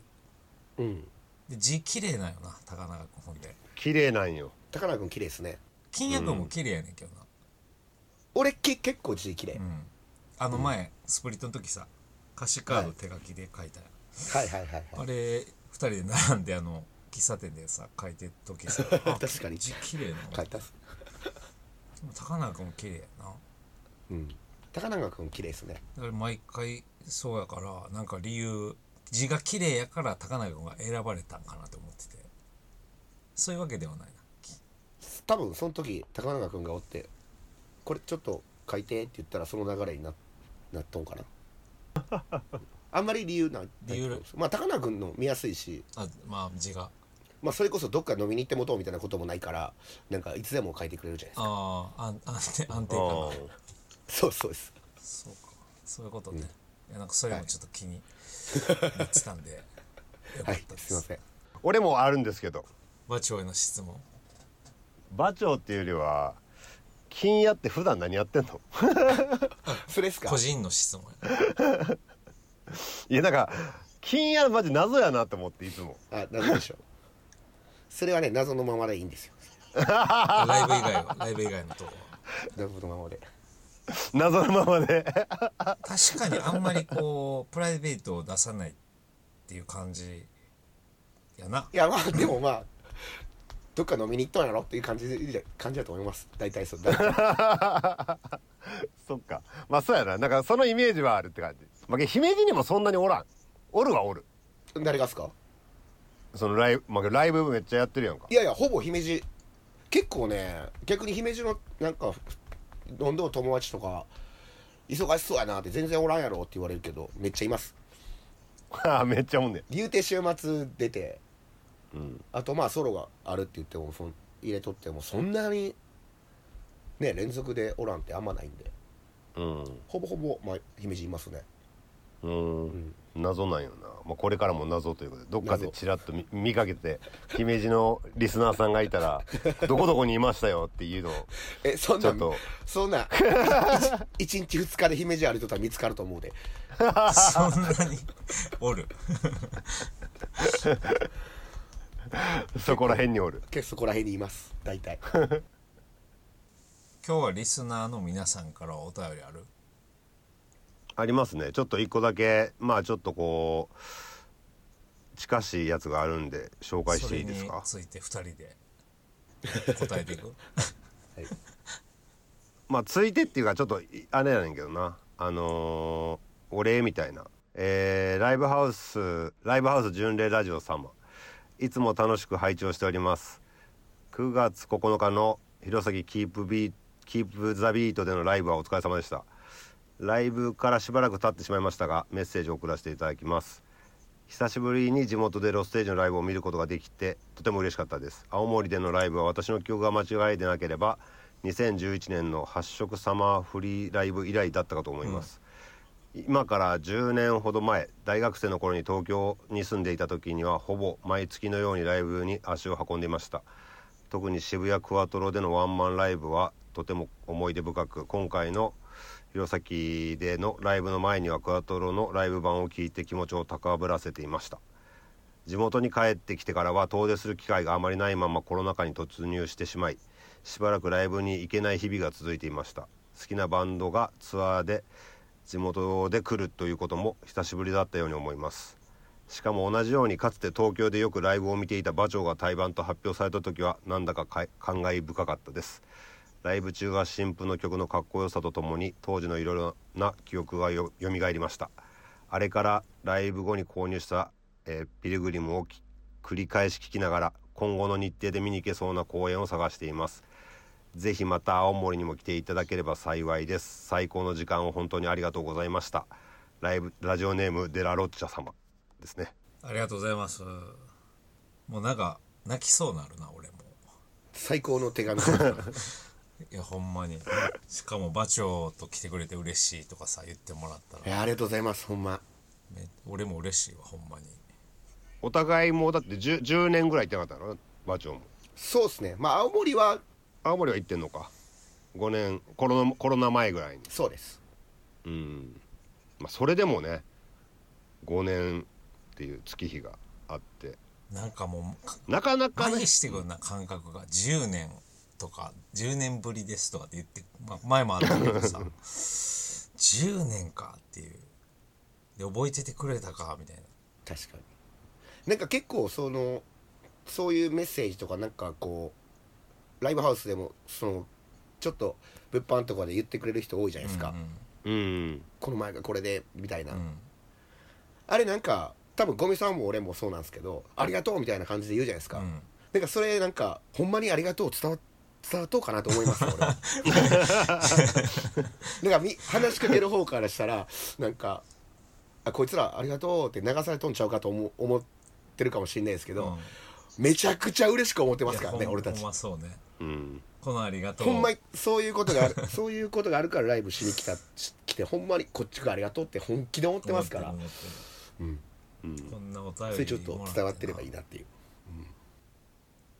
で字綺麗なんよな高永君。ほんで綺麗なんよ。 高永君綺麗ですね。 金也君も綺麗やねんけどな。 俺結構字綺麗。 前スプリットの時さ歌詞カード手書きで書いたやん。あれ2人で並んで喫茶店でさ書いてる時さ確かに字綺麗な書いたっす。 でも高永君も綺麗やな。 高永君綺麗ですね。 だから毎回そうやからなんか理由字が綺麗やから高永君が選ばれたんかなと思ってて、そういうわけではないな。 多分その時高永君がおってこれちょっと書いてって言ったらその流れになっとんかなあんまり理由まあ高永君の見やすいし字がそれこそどっか飲みに行ってもとうみたいなこともないからなんかいつでも書いてくれるじゃないですか。 安定感が。 そうですそうかそういうことね。いやなんかそれもちょっと気になってたんでよかったです。 すいません。 俺もあるんですけど馬長への質問。 馬長っていうよりは金屋って普段何やってんの？ それですか？ 個人の質問いやなんか金屋マジ謎やなと思っていつも。 あ、謎でしょ。それはね謎のままでいいんですよ。 ライブ以外のとこ謎のままで。 謎のままで確かにあんまりこうプライベートを出さないっていう感じやな。 いやまあでもまあどっか飲みに行ったんやろっていう感じだと思います。大体そう。 そっか、まあそうやな、なんかそのイメージはあるって感じ。まあ姫路にもそんなにおらん。おるはおる。 誰がっすか？ そのライブ、まあ、ライブめっちゃやってるやんか。 いやいやほぼ姫路。結構ね逆に姫路のなんか飲んでる友達とか忙しそうやなって全然おらんやろって言われるけどめっちゃいます。 めっちゃおんねん。 言うて週末出て、 うん、 あとまあソロがあるって言っても入れとってもそんなにね連続でおらんってあんまないんで、 うん、 ほぼほぼ、まあ、姫路いますね。 謎なんよな、まあ、これからも謎ということでどっかでチラッと見かけて姫路のリスナーさんがいたらどこどこにいましたよっていうのをそんなちょっとそんな1日2日で姫路歩いとったら見つかると思うで。 そんなにおるそこら辺におる。 結構そこら辺にいます大体。 今日はリスナーの皆さんからお便りある？ ありますね。ちょっと一個だけまあちょっとこう近しいやつがあるんで紹介していいですか？ それについて2人で答えていくはい、 まあついてっていうかちょっとあれやねんけどな、お礼みたいな、ライブハウス巡礼ラジオ様、いつも楽しく拝聴しております。9月9日の弘前キープザビートでのライブはお疲れ様でした。ライブからしばらく経ってしまいましたがメッセージを送らせていただきます。久しぶりに地元でロステージのライブを見ることができてとても嬉しかったです。青森でのライブは私の記憶が間違いでなければ2011年の発色サマーフリーライブ以来だったかと思います、今から10年ほど前、大学生の頃に東京に住んでいた時にはほぼ毎月のようにライブに足を運んでいました。特に渋谷クワトロでのワンマンライブはとても思い出深く、今回の弘前でのライブの前にはクワトロのライブ版を聞いて気持ちを高ぶらせていました。地元に帰ってきてからは遠出する機会があまりないままコロナ禍に突入してしまい、しばらくライブに行けない日々が続いていました。好きなバンドがツアーで地元で来るということも久しぶりだったように思います。しかも同じようにかつて東京でよくライブを見ていた馬長が対バンと発表された時はなんだか感慨深かったです。ライブ中は新譜の曲のかっこよさとともに当時のいろいろな記憶がよみがえりました。あれからライブ後に購入した、ピルグリムを繰り返し聴きながら今後の日程で見に行けそうな公演を探しています。ぜひまた青森にも来ていただければ幸いです。最高の時間を本当にありがとうございました。ラジオネームデラロッチャ様ですね。 ありがとうございます。もうなんか泣きそうなるな俺も。 最高の手紙。 いやほんまに、しかも馬長と来てくれて嬉しいとかさ言ってもらったらありがとうございますほんま。 俺も嬉しいわほんまに。 お互いもうだって 10年ぐらい行ってなかったの馬長も。 そうっすね。まあ青森は行ってんのか。5年コロナ前ぐらいに。 そうです。 まあそれでもね5年っていう月日があってなんかもうなかなかね麻痺してくるな感覚が。10年とか10年ぶりですとかって言って、まあ、前もあったけどさ10年かっていうで覚えててくれたかみたいな。 確かになんか結構そういうメッセージとかなんかこうライブハウスでもちょっと物販とかで言ってくれる人多いじゃないですか、この前がこれでみたいな、あれなんか多分ゴミさんも俺もそうなんですけどありがとうみたいな感じで言うじゃないですか、なんかそれなんかほんまにありがとう伝わとうかなと思います俺はなんか話しかける方からしたらなんかこいつらありがとうって流されとんちゃうかと思ってるかもしれないですけど、めちゃくちゃ嬉しく思ってますからね俺たち。 ほんまそうね、このありがとうほんまにそういうことがあるそういうことがあるからライブしに来てほんまにこっちがありがとうって本気で思ってますから、 こんなお便りそれちょっと伝わってればいいなっていう、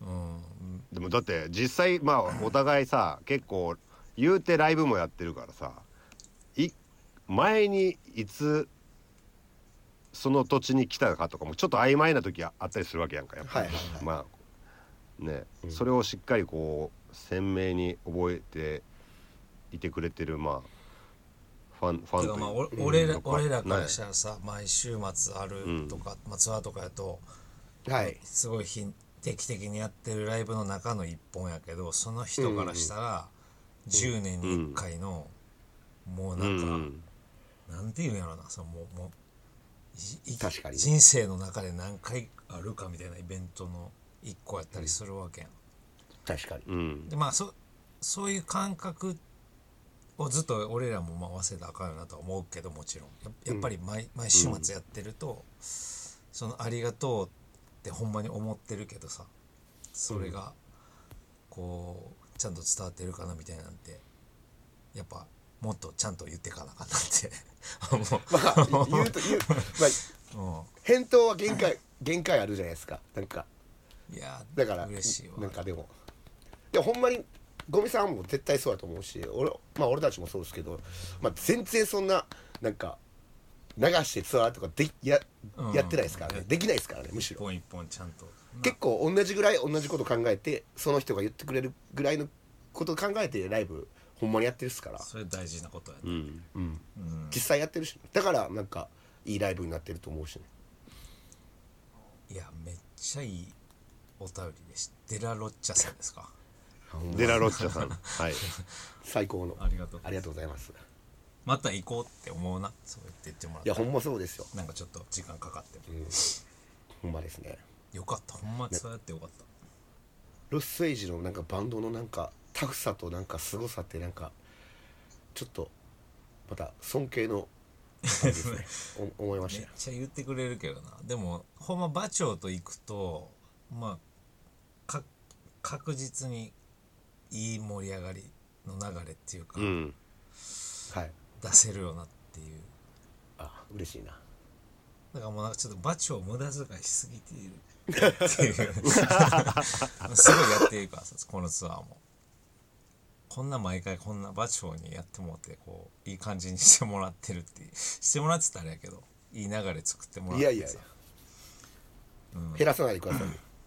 でもだって実際まあお互いさ結構言うてライブもやってるからさ、前にいつその土地に来たかとかもちょっと曖昧な時あったりするわけやんか、やっぱり、まあね、それをしっかりこう鮮明に覚えていてくれてるまあファンというか、 まあ俺らからしたらさ、毎週末あるとか、ツアーとかやと、すごい定期的にやってるライブの中の一本やけど、その人からしたら10年に1回の、もうなんか、なんていうんやろな、もう確かに人生の中で何回あるかみたいなイベントの一個やったりするわけやん。 確かに。 でまあそういう感覚をずっと俺らも忘れたらあかんよなとは思うけど、もちろんやっぱり毎週末やってると、そのありがとうってほんまに思ってるけどさ、それがこうちゃんと伝わってるかなみたいなんて、やっぱもっとちゃんと言ってかなあかんなってまあ言う、まあ、返答は限界あるじゃないですか。なんかいやだから嬉しいわ。 なんかでもほんまにゴミさんも絶対そうだと思うし、俺たちもそうですけど、まあ、全然そんななんか流してツアーとかやってないですからね。できないですからね、むしろ。 一本一本ちゃんと結構同じぐらい同じこと考えて、その人が言ってくれるぐらいのことを考えてライブほんまにやってるっすから。 それ大事なことやね。 実際やってるし、だからなんかいいライブになってると思うしね。 いやめっちゃいいお便りでした。デラロッチャさんですか。 デラロッチャさんはい最高のありがとうございます。 また行こうって思うな、そう言ってもらって。 いやほんまそうですよ。 なんかちょっと時間かかっても、 ほんまですね。 よかった、ほんまそうやってよかった。 ロスエイジのなんかバンドのなんかタフさとなんか凄さってなんかちょっとまた尊敬のですね思いましたよ。 めっちゃ言ってくれるけどな。でもほんま馬長と行くとまあ確実にいい盛り上がりの流れっていうか、 はい、 出せるよなっていう。 あ、嬉しいな。 だからもうなんかちょっと馬長無駄遣いしすぎているっていうすごいやってるからさ、このツアーもこんな毎回こんな馬長にやってもらってこういい感じにしてもらってるってしてもらってたらあれやけど、いい流れ作ってもらってさ。 いや減らさないでください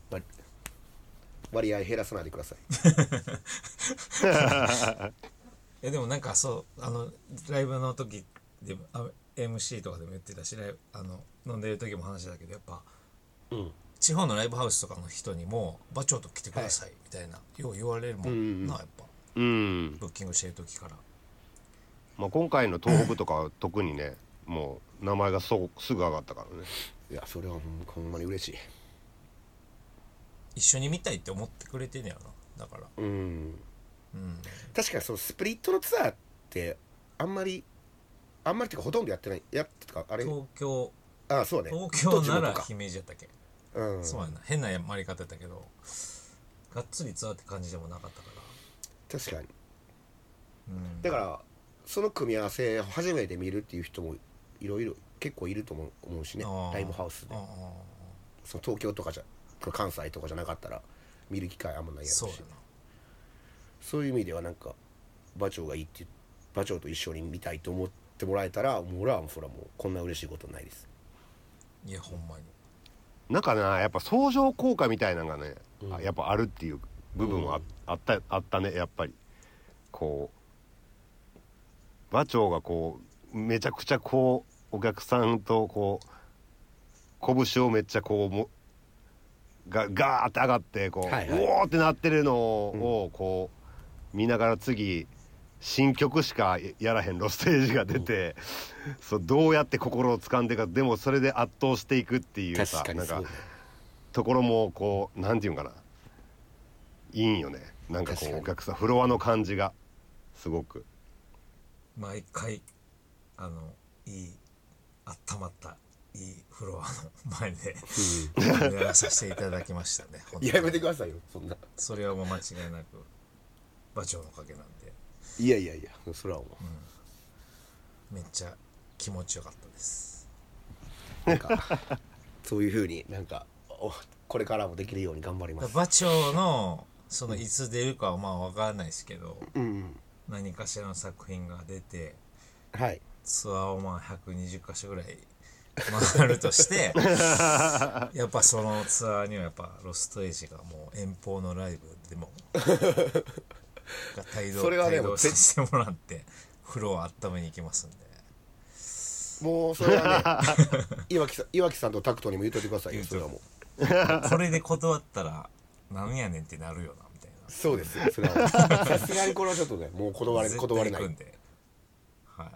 割合減らさないでくださいでもなんかそうライブの時でもMC とかでも言ってたし、飲んでる時も話だけど、やっぱ、地方のライブハウスとかの人にも馬長と来てくださいみたいな、よう言われるもんな、やっぱ、ブッキングしてる時から。 まあ、今回の東北とかは特にねもう名前がすぐ上がったからね。 いやそれはほんまに嬉しい。 一緒に見たいって思ってくれてんねやろな。だから確かにそのスプリットのツアーってあんまりっていうかほとんどやってない。やってかあれ東京そうね、 東京なら姫路やったっけ。そうやな、変な回り方やったけどがっつりツアーって感じでもなかったから。 確かに、だからその組み合わせを初めて見るっていう人もいろいろ結構いると思うしね、ライブハウスで。その東京とか関西とかじゃなかったら見る機会あんまないやろし、そういう意味ではなんか馬長がいいって馬長と一緒に見たいと思ってもらえたら、もう俺はもうそれはもうこんな嬉しいことないです。 いやほんまになんかな、やっぱ相乗効果みたいなのがね、やっぱあるっていう部分はあったね。やっぱりこう馬長がこうめちゃくちゃこうお客さんとこう拳をめっちゃこうガーって上がってこう、おーってなってるのをこう見ながら、次新曲しかやらへんロステージが出て、そうどうやって心を掴んでか、でもそれで圧倒していくっていうさ、なんかところもこうなんていうんかな、いいんよね。なんかこうお客さんフロアの感じがすごく毎回いい温まったいいフロアの前でやらさせていただきましたね。 やめてくださいよそんな。 それはもう間違いなく馬長のおかげなんで。 いやそれはもう、めっちゃ気持ちよかったです。 なんかそういう風になんかこれからもできるように頑張ります。 馬長のそのいつ出るかはまあ分からないですけど、 うん何かしらの作品が出てはいツアーをまあ120カ所ぐらい回るとしてやっぱそのツアーにはやっぱロストエイジがもう遠方のライブでもがそれはね帯同させてもらって風呂を温めに行きますんで、 もうそれはね岩木さんとタクトにも言うといてくださいよ。それはもうこれで断ったらなんやねんってなるよなみたいな。 そうですよ。それはさすがにこれはちょっとねもう断れない。 絶対行くんで、はい。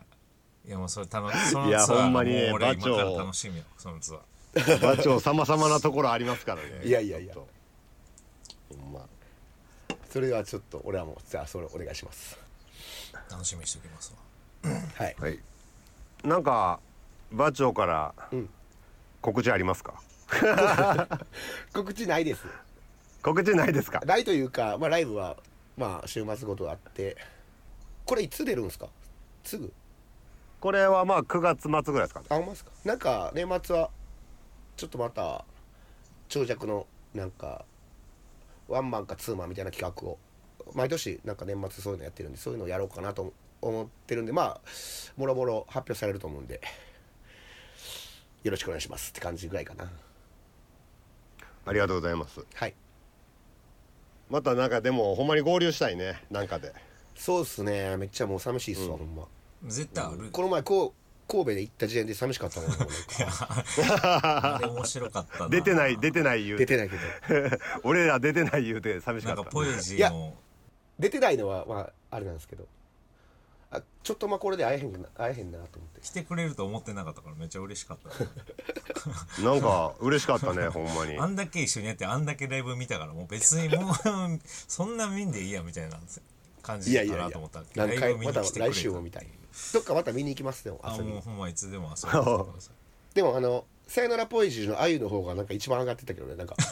いやもうそのツアーいやがほんまにねもう俺今から馬長楽しみよそのツアー。 馬長様々なところありますからね。 いやいやいやほんまそれではちょっと俺はもうじゃあそれお願いします。 楽しみにしておきますわ。 はいはい。なんか馬長から告知ありますか？ 告知ないです。 告知ないですか？ ないというか、まあ、ライブはまあ週末ごとあって、これいつ出るんですか？すぐ？ これはまあ9月末ぐらいですかね。 あ、ほんまですか？なんか年末はちょっとまた長尺のなんかワンマンかツーマンみたいな企画を毎年なんか年末そういうのやってるんで、そういうのをやろうかなと思ってるんで、まあもろもろ発表されると思うんでよろしくお願いしますって感じぐらいかな。 ありがとうございます。 はい。 またなんかでもほんまに合流したいね、なんかで。 そうっすね。めっちゃもう寂しいっすわ、ほんま。 絶対ある。 この前神戸で行った時点で寂しかったもん。もうなんかあれ面白かったな。 出てない言うて出てないけど俺ら出てない言うて寂しかった。 なんかポエジいやーも出てないのはまああれなんですけど、あちょっとまあこれで会えへんなと思って。 来てくれると思ってなかったからめっちゃ嬉しかった。 なんか嬉しかったねほんまに。 あんだけ一緒にやってあんだけライブ見たからもう別にもうそんな見んでいいやみたいな感じかなと思ったら何回また来来てくれた週も見たい。どっかまた見に行きますよ。 あ遊びもうほんまいつでも遊びに来てください。 でもさよならポエジーのあゆの方がなんか一番上がってたけどね。なんか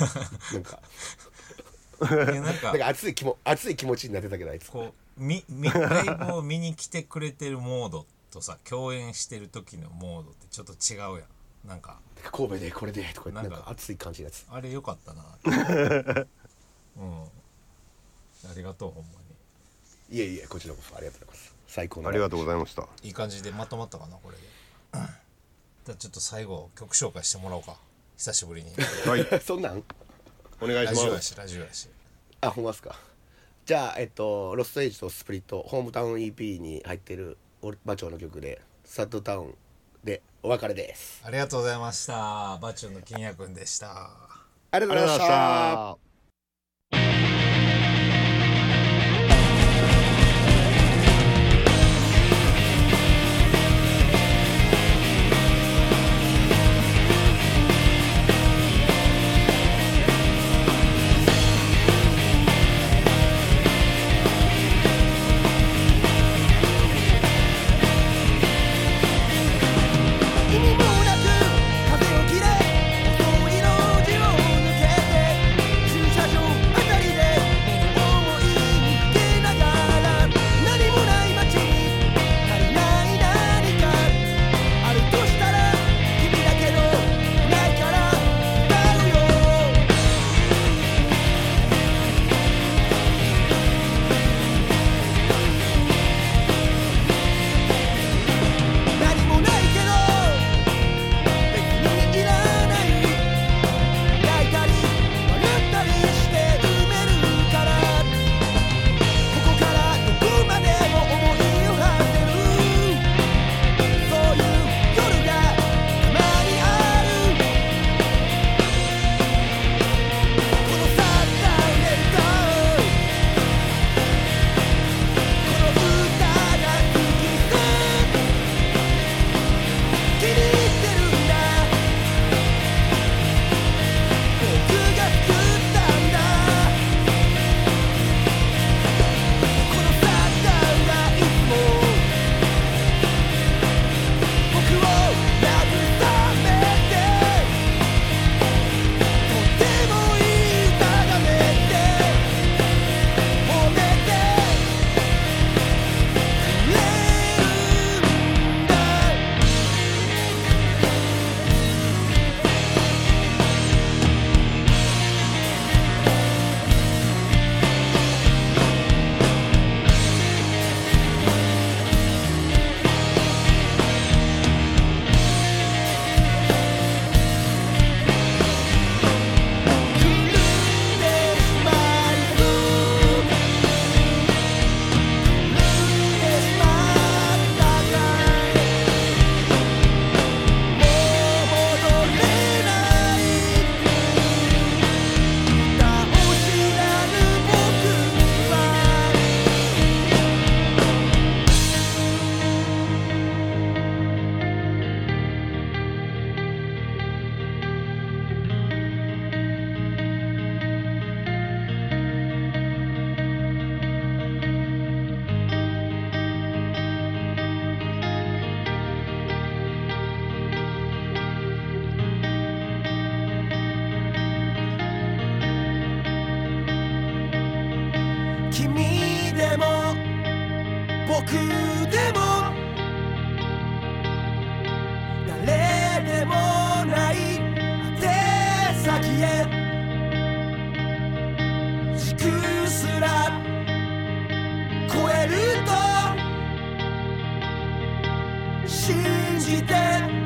いやなんかなんか熱い気持ちになってたけどあいつ。 こうライブを見に来てくれてるモードとさ共演してる時のモードってちょっと違うやん。なんか神戸でこれでとか言ってなかなんんか熱い感じのやつ。 あれよかったな。うんありがとうほんまに。 いえいえこちらこそありがとうございます。最高のありがとうございました。 いい感じでまとまったかなこれで。じゃあちょっと最後曲紹介してもらおうか久しぶりに。 はいそんなんお願いします。 ラジオやしラジオやし。 あほんまっすか。じゃあロストエイジとスプリットホームタウン EP に入ってる馬長の曲でサッドタウンでお別れです。 ありがとうございました。バチュンの金也くんでした。 ありがとうございましありがとうございましたた。 意味もなく風を切れ細い路地を抜けてでも誰でもない宛先へ時空すら超えると信じて